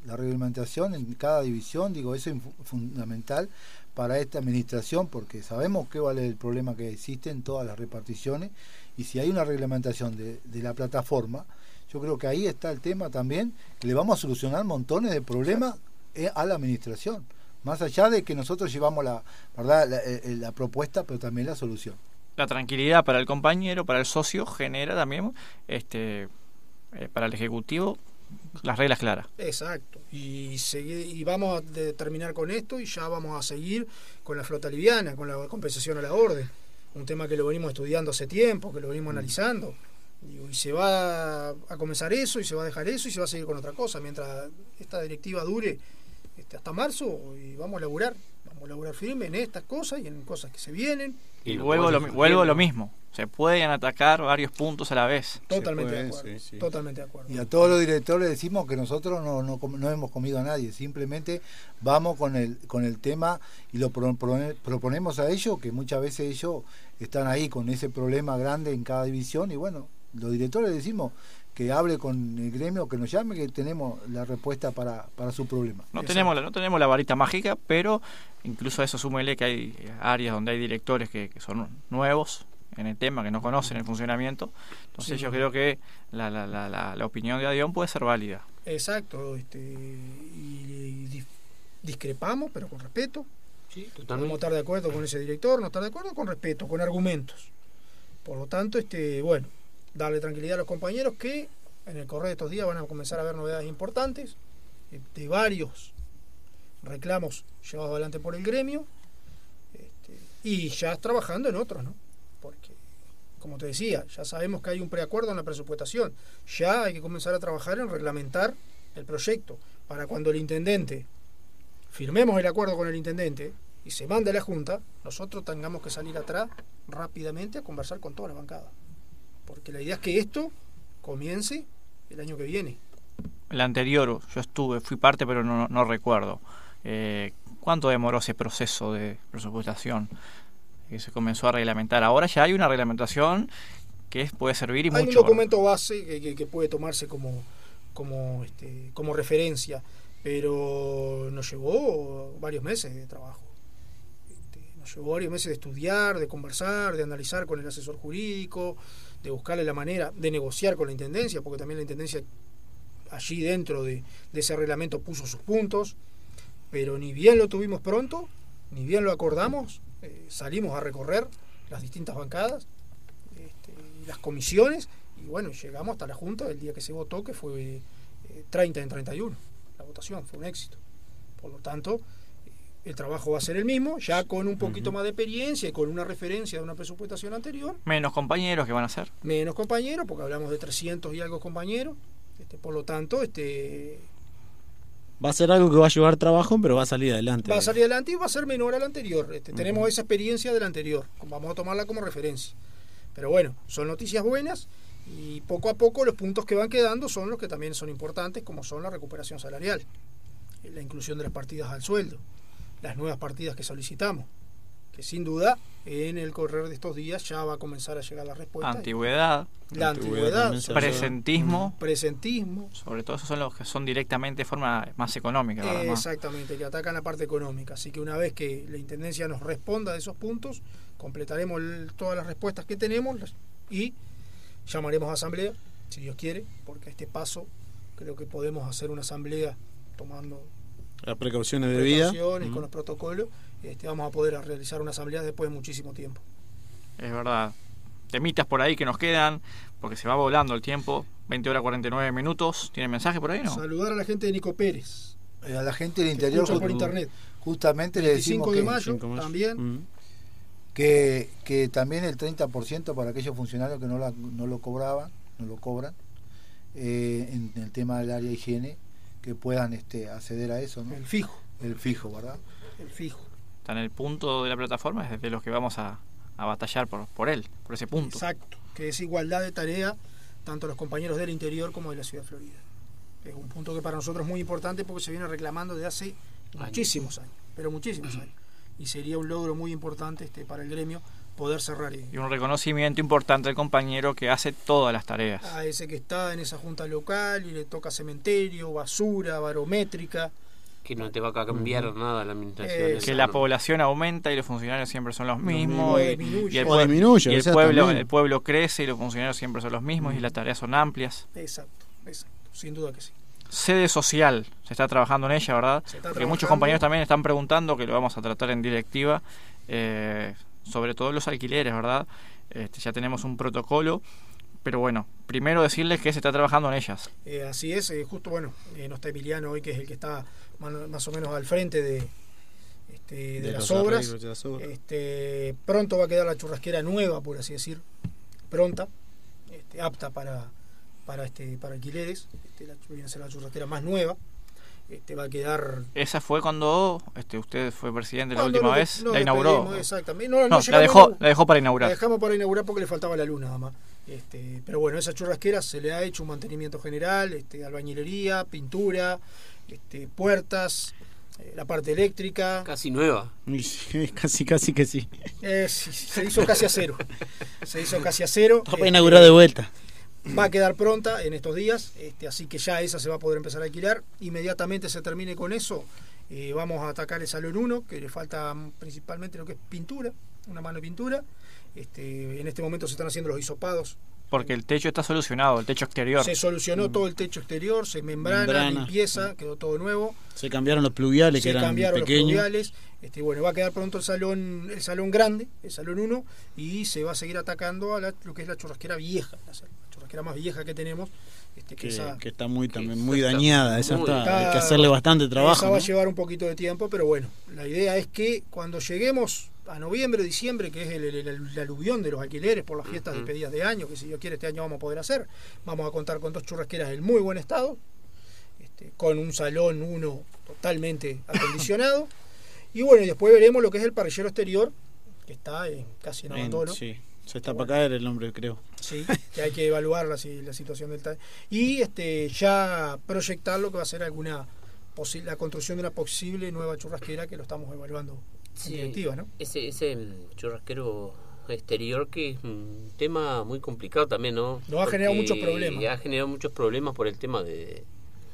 en cada división, digo, eso es fundamental para esta administración, porque sabemos que vale el problema que existe en todas las reparticiones, y si hay una reglamentación de la plataforma, yo creo que ahí está el tema también, que le vamos a solucionar montones de problemas a la administración, más allá de que nosotros llevamos la propuesta, pero también la solución. La tranquilidad para el compañero, para el socio, genera también para el Ejecutivo las reglas claras. Exacto. Y vamos a terminar con esto y ya vamos a seguir con la flota liviana, con la compensación a la orden. Un tema que lo venimos estudiando hace tiempo, que lo venimos analizando. Y se va a comenzar eso, y se va a dejar eso, y se va a seguir con otra cosa. Mientras esta directiva dure hasta marzo, y vamos a laburar firme en estas cosas y en cosas que se vienen. Y vuelvo lo mismo. Se pueden atacar varios puntos a la vez. Totalmente de acuerdo. Sí. Totalmente de acuerdo. Y a todos los directores les decimos que nosotros no hemos comido a nadie. Simplemente vamos con el tema y lo proponemos a ellos, que muchas veces ellos están ahí con ese problema grande en cada división. Y bueno, los directores les decimos que hable con el gremio, que nos llame, que tenemos la respuesta para su problema. No tenemos la varita mágica, pero incluso a eso súmele que hay áreas donde hay directores que son nuevos en el tema, que no conocen el funcionamiento. Entonces yo creo que la opinión de ADEOM puede ser válida. Exacto. Y discrepamos, pero con respeto. Sí, totalmente. Podemos estar de acuerdo con ese director, no estar de acuerdo, con respeto, con argumentos. Por lo tanto, bueno, darle tranquilidad a los compañeros que en el correr de estos días van a comenzar a ver novedades importantes de varios reclamos llevados adelante por el gremio, y ya trabajando en otros, ¿no? Porque, como te decía, ya sabemos que hay un preacuerdo en la presupuestación, ya hay que comenzar a trabajar en reglamentar el proyecto para cuando el intendente firmemos el acuerdo con el intendente y se mande a la Junta, nosotros tengamos que salir atrás rápidamente a conversar con toda la bancada, porque la idea es que esto comience el año que viene. El anterior, fui parte, pero no recuerdo. ¿Cuánto demoró ese proceso de presupuestación que se comenzó a reglamentar? Ahora ya hay una reglamentación que puede servir y mucho. Hay un documento base que puede tomarse como referencia, pero nos llevó varios meses de trabajo. Nos llevó varios meses de estudiar, de conversar, de analizar con el asesor jurídico, de buscarle la manera de negociar con la Intendencia, porque también la Intendencia allí dentro de ese reglamento puso sus puntos, pero ni bien lo tuvimos pronto, ni bien lo acordamos, salimos a recorrer las distintas bancadas, las comisiones, y bueno, llegamos hasta la Junta el día que se votó, que fue 30 en 31. La votación fue un éxito. Por lo tanto, el trabajo va a ser el mismo, ya con un poquito más de experiencia y con una referencia de una presupuestación anterior. Menos compañeros que van a ser. Menos compañeros, porque hablamos de 300 y algo compañeros. Por lo tanto, va a ser algo que va a llevar trabajo, pero va a salir adelante. Va a salir adelante y va a ser menor al anterior. Tenemos esa experiencia del anterior, vamos a tomarla como referencia. Pero bueno, son noticias buenas y poco a poco los puntos que van quedando son los que también son importantes, como son la recuperación salarial, la inclusión de las partidas al sueldo, las nuevas partidas que solicitamos, que sin duda en el correr de estos días ya va a comenzar a llegar la respuesta. Antigüedad. La antigüedad. Presentismo. Presentismo. Sobre todo esos son los que son directamente de forma más económica. ¿Verdad? Exactamente, que atacan la parte económica. Así que una vez que la Intendencia nos responda de esos puntos, completaremos todas las respuestas que tenemos y llamaremos a asamblea, si Dios quiere, porque a este paso creo que podemos hacer una asamblea tomando las precauciones debidas con los protocolos. Vamos a poder realizar una asamblea después de muchísimo tiempo. Es verdad. Temitas por ahí que nos quedan, porque se va volando el tiempo. 20 horas 49 minutos. ¿Tienen mensaje por ahí, no? Saludar a la gente de Nico Pérez. A la gente del interior por internet. Justamente le decimos 25 de mayo también. Que también el 30% para aquellos funcionarios que no lo cobran en el tema del área de higiene, que puedan acceder a eso, ¿no? El fijo, ¿verdad? El fijo. Está en el punto de la plataforma, es de los que vamos a batallar por ese punto. Exacto, que es igualdad de tarea tanto los compañeros del interior como de la ciudad de Florida. Es un punto que para nosotros es muy importante porque se viene reclamando desde hace muchísimos años, pero muchísimos años. Y sería un logro muy importante para el gremio poder cerrar. Y un reconocimiento importante al compañero que hace todas las tareas. A ese que está en esa junta local y le toca cementerio, basura, barométrica. Que no te va a cambiar nada la administración. Que la población aumenta y los funcionarios siempre son los mismos. Y el pueblo crece y los funcionarios siempre son los mismos y las tareas son amplias. Exacto, sin duda que sí. Sede social, se está trabajando en ella, ¿verdad? Porque muchos compañeros también están preguntando, que lo vamos a tratar en directiva, sobre todo los alquileres, ¿verdad? Ya tenemos un protocolo, pero bueno, primero decirles que se está trabajando en ellas. Así es, justo no está Emiliano hoy, que es el que está más o menos al frente de las obras. Pronto va a quedar la churrasquera nueva, por así decir, apta para alquileres. Viene a ser la churrasquera más nueva. Va a quedar. Esa fue cuando usted fue presidente la última vez, la inauguró. Exactamente. La dejó para inaugurar. La dejamos para inaugurar porque le faltaba la luz nada más. Pero bueno, esa churrasquera se le ha hecho un mantenimiento general, albañilería, pintura, puertas, la parte eléctrica. Casi nueva. Casi que sí. Se hizo casi a cero. Está para inaugurar de vuelta. Va a quedar pronta en estos días, así que ya esa se va a poder empezar a alquilar. Inmediatamente se termine con eso, vamos a atacar el Salón 1, que le falta principalmente lo que es pintura, una mano de pintura. En este momento se están haciendo los hisopados. Porque el techo está solucionado, el techo exterior. Se solucionó todo el techo exterior, se membrana, limpieza, quedó todo nuevo. Se cambiaron los pluviales, que eran pequeños. Los pluviales. Va a quedar pronto el salón grande, el Salón 1, y se va a seguir atacando a lo que es la churrasquera vieja, la churrasquera más vieja que tenemos. Que está muy dañada, hay que hacerle bastante trabajo. Esa va a llevar un poquito de tiempo, pero bueno, la idea es que cuando lleguemos a noviembre, diciembre, que es el aluvión de los alquileres por las fiestas de despedidas de año, que si Dios quiere este año vamos a poder hacer, vamos a contar con 2 churrasqueras en muy buen estado, con un salón 1 totalmente acondicionado, y bueno, y después veremos lo que es el parrillero exterior, que está casi en abandono. Sí. Se está para caer el hombre, creo. Sí, que hay que evaluar la situación del y ya proyectar lo que va a ser la construcción de una posible nueva churrasquera, que lo estamos evaluando en directiva, ¿no? Ese churrasquero exterior, que es un tema muy complicado también, ¿no? Nos ha generado muchos problemas. Ha generado muchos problemas por el tema de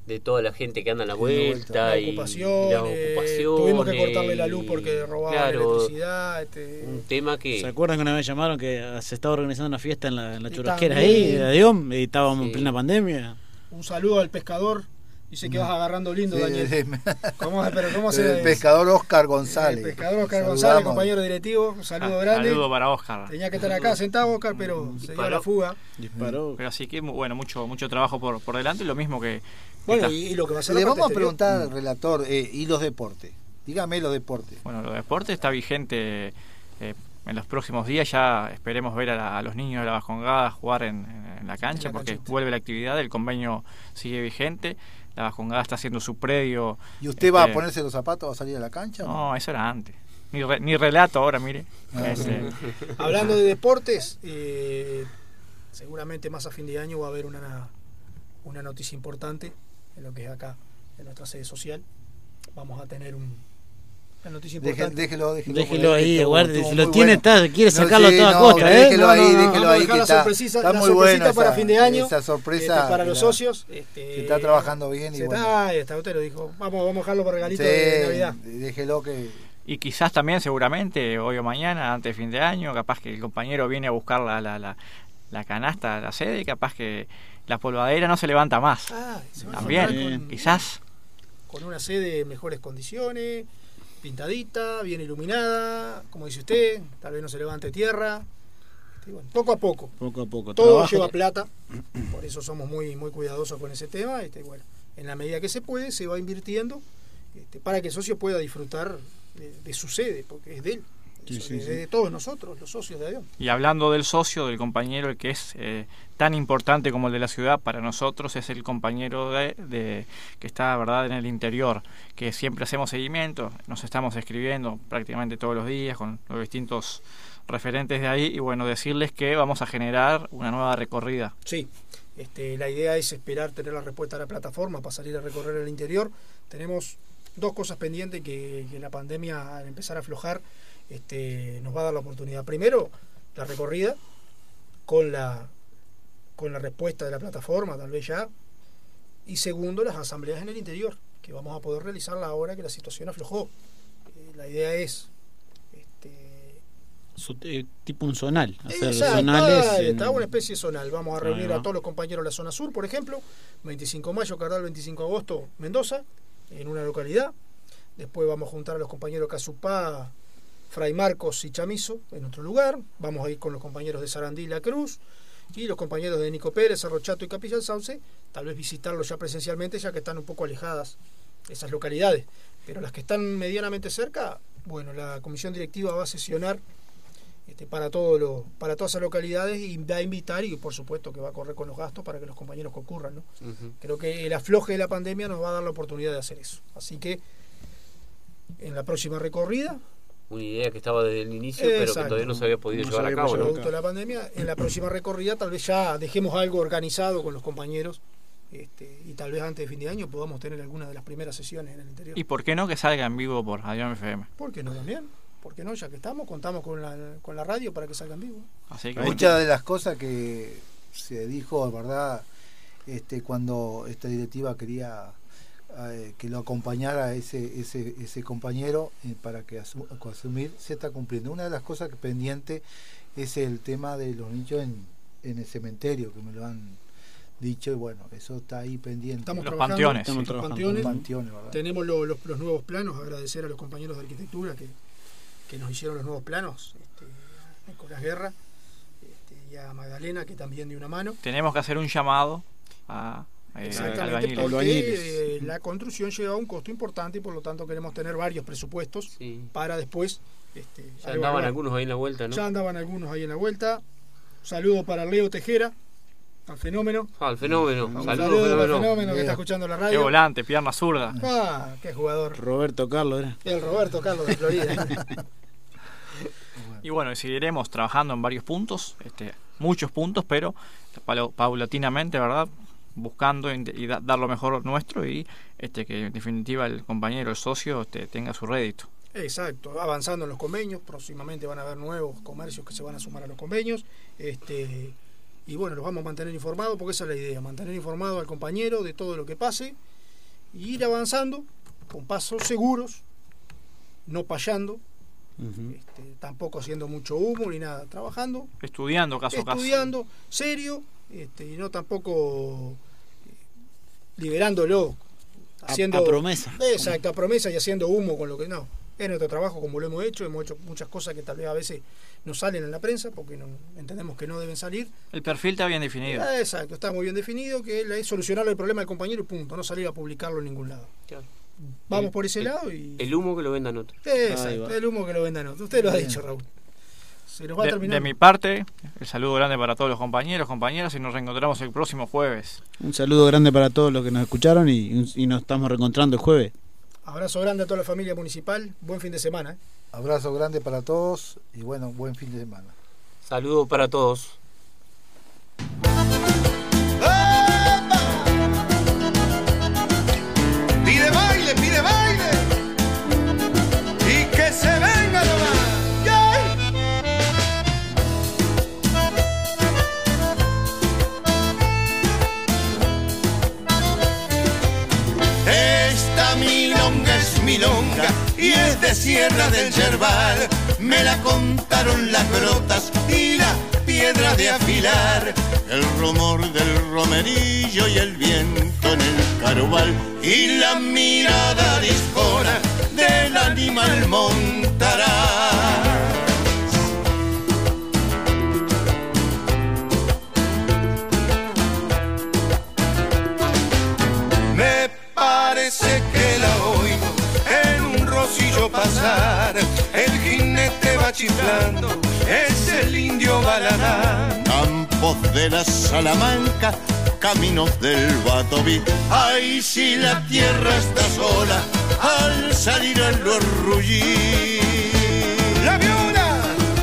de toda la gente que anda a la vuelta y la ocupación. Tuvimos que cortarle la luz porque robaban electricidad. Un tema que... ¿Se acuerdan que una vez llamaron que se estaba organizando una fiesta en la churrasquera ahí, de Adión, y estábamos en plena pandemia? Un saludo al pescador. Dice que vas agarrando lindo, sí, Daniel. ¿Cómo se el pescador Oscar González. El pescador Oscar González, compañero directivo. Un saludo grande. Saludo para Oscar. Tenía que estar acá sentado, Oscar, pero se dio la fuga. Disparó. Pero así que, bueno, mucho trabajo por delante. Lo mismo que... Bueno, y lo que va a ser le vamos a preguntar al relator, ¿y los deportes? Dígame los deportes. Bueno, los deportes está vigente en los próximos días. Ya esperemos ver a los niños de la Vascongada jugar en la cancha, porque vuelve la actividad, el convenio sigue vigente. La Vascongada está haciendo su predio. ¿Y usted va a ponerse los zapatos, va a salir a la cancha? No, eso era antes. Ni relato ahora, mire. Hablando de deportes, seguramente más a fin de año va a haber una noticia importante en lo que es acá, en nuestra sede social. Vamos a tener una noticia importante. Déjelo ahí, guarde, si lo tiene, quiere sacarlo a toda costa, déjelo ahí, que está muy bueno para fin de año, esa sorpresa para los socios. Se está trabajando bien y bueno. Usted lo dijo, vamos a dejarlo para regalito de Navidad. Déjelo que... Y quizás también, seguramente, hoy o mañana, antes de fin de año, capaz que el compañero viene a buscar la canasta a la sede y capaz que la polvadera no se levanta más. También, quizás. Con una sede en mejores condiciones, pintadita, bien iluminada, como dice usted, tal vez no se levante tierra. Bueno, poco a poco. Todo lleva plata, por eso somos muy cuidadosos con ese tema. Bueno, en la medida que se puede, se va invirtiendo para que el socio pueda disfrutar de su sede, porque es de él. De todos nosotros, los socios de Adión. Y hablando del socio, del compañero, el que es tan importante como el de la ciudad para nosotros, es el compañero que está, verdad, en el interior, que siempre hacemos seguimiento, nos estamos escribiendo prácticamente todos los días con los distintos referentes de ahí, y bueno, decirles que vamos a generar una nueva recorrida. Sí, la idea es esperar tener la respuesta de la plataforma para salir a recorrer el interior. Tenemos dos cosas pendientes que la pandemia, al empezar a aflojar, nos va a dar la oportunidad. Primero, la recorrida con la respuesta de la plataforma, tal vez ya. Y segundo, las asambleas en el interior, que vamos a poder realizarla ahora que la situación aflojó. La idea es tipo un zonal, está una especie de zonal. Vamos a reunir a todos los compañeros de la zona sur, por ejemplo, 25 de mayo, Cardal, 25 de agosto, Mendoza, en una localidad. Después vamos a juntar a los compañeros de Casupá, Fray Marcos y Chamizo en otro lugar. Vamos a ir con los compañeros de Sarandí y La Cruz, y los compañeros de Nico Pérez, Cerro Chato y Capilla del Sauce, tal vez visitarlos ya presencialmente, ya que están un poco alejadas esas localidades. Pero las que están medianamente cerca, bueno, la comisión directiva va a sesionar para todas esas localidades, y va a invitar, y por supuesto que va a correr con los gastos para que los compañeros concurran, ¿no? Creo que el afloje de la pandemia nos va a dar la oportunidad de hacer eso. Así que en la próxima recorrida, una idea que estaba desde el inicio, pero que todavía no se había podido llevar a cabo, producto de la pandemia, en la próxima recorrida tal vez ya dejemos algo organizado con los compañeros, y tal vez antes de fin de año podamos tener alguna de las primeras sesiones en el interior. ¿Y por qué no que salga en vivo por Adión FM? ¿Por qué no también? ¿Por qué no? Ya que contamos con la radio para que salga en vivo. Así que muchas de las cosas que se dijo, verdad, cuando esta directiva quería que lo acompañara ese compañero para que asumir, se está cumpliendo. Una de las cosas que pendiente es el tema de los nichos en el cementerio, que me lo han dicho, y bueno, eso está ahí pendiente. Estamos los trabajando, panteones. Tenemos los nuevos planos. Agradecer a los compañeros de arquitectura que nos hicieron los nuevos planos, con las guerras, y a Magdalena, que también dio una mano. Tenemos que hacer un llamado a exactamente, porque la construcción lleva a un costo importante, y por lo tanto queremos tener varios presupuestos para después. Ya andaban algunos ahí en la vuelta, ¿no? Ya andaban algunos ahí en la vuelta. Un saludo para Leo Tejera, al Fenómeno. Al Fenómeno. Un saludo para el Fenómeno, que está escuchando la radio. Qué volante, pierna zurda. Qué jugador. Roberto Carlos era. El Roberto Carlos de Florida. Y bueno, seguiremos trabajando en varios puntos, muchos puntos, pero paulatinamente, ¿verdad? Buscando y dar lo mejor nuestro, y que en definitiva el compañero, el socio, tenga su rédito. Exacto, avanzando en los convenios. Próximamente van a haber nuevos comercios que se van a sumar a los convenios, y bueno, los vamos a mantener informados, porque esa es la idea, mantener informado al compañero de todo lo que pase, y ir avanzando con pasos seguros, no payando, tampoco haciendo mucho humo ni nada, trabajando, estudiando caso a caso, serio, y no tampoco liberándolo, haciendo a promesa. Exacto, a promesa y haciendo humo con lo que no. Es nuestro trabajo, como lo hemos hecho muchas cosas que tal vez a veces no salen en la prensa porque no entendemos que no deben salir. El perfil está bien definido. Exacto, está muy bien definido, que es solucionar el problema del compañero y punto, no salir a publicarlo en ningún lado. Claro. Vamos por ese lado y... El humo que lo vendan otros. Exacto, el humo que lo vendan otros. Usted lo ha dicho, Raúl. Se nos va a terminar. De mi parte, el saludo grande para todos los compañeros, compañeras, y nos reencontramos el próximo jueves. Un saludo grande para todos los que nos escucharon y nos estamos reencontrando el jueves. Abrazo grande a toda la familia municipal, buen fin de semana. Abrazo grande para todos y bueno, buen fin de semana. Saludos para todos. Pide baile, y que se venga nomás. Esta milonga es milonga y es de Sierra del Yerbal. Me la contaron las grotas y las piedras de afilar. El rumor del romerillo y el viento en el carubal. Y la mirada discona del animal montará. Me parece que la oigo en un rocillo pasar. El jinete va chiflando, es el indio Balarán. Campos de la Salamanca, caminos del Batoví. Ay, si la tierra está sola al salir a los rullí. ¡La viuda!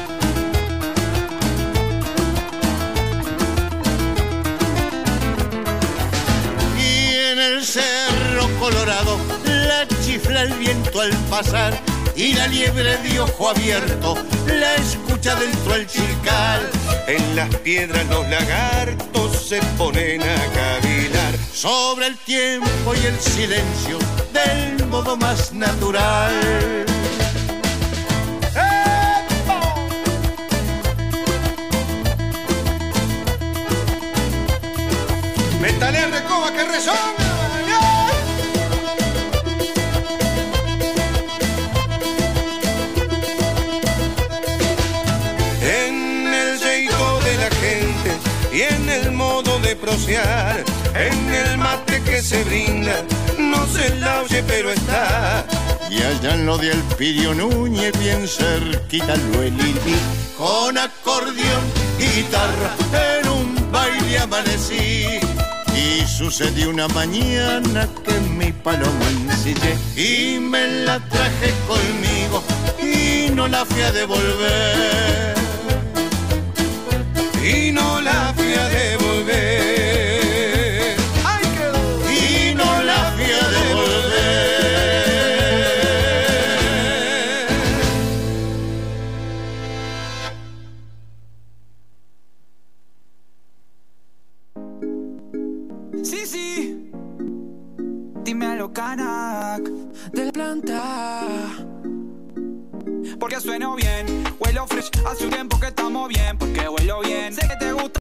Y en el Cerro Colorado la chifla el viento al pasar. Y la liebre de ojo abierto la escucha dentro del chilcal. En las piedras los lagartos se ponen a cavilar sobre el tiempo y el silencio del modo más natural. Métale a recoba que resonga. Y en el modo de prosear, en el mate que se brinda, no se la oye pero está. Y allá en lo de Elpidio Núñez, bien cerquita lo elidí, con acordeón y guitarra, en un baile amanecí. Y sucedió una mañana que mi paloma ensillé, y me la traje conmigo, y no la fui a devolver. Y no la fui a devolver. ¡Ay, quedó! Y no la fui a devolver. Sí, dime a lo Canac de la planta. Porque sueno bien, huelo fresh, hace un tiempo que estamos bien. Porque huelo bien, sé que te gusta.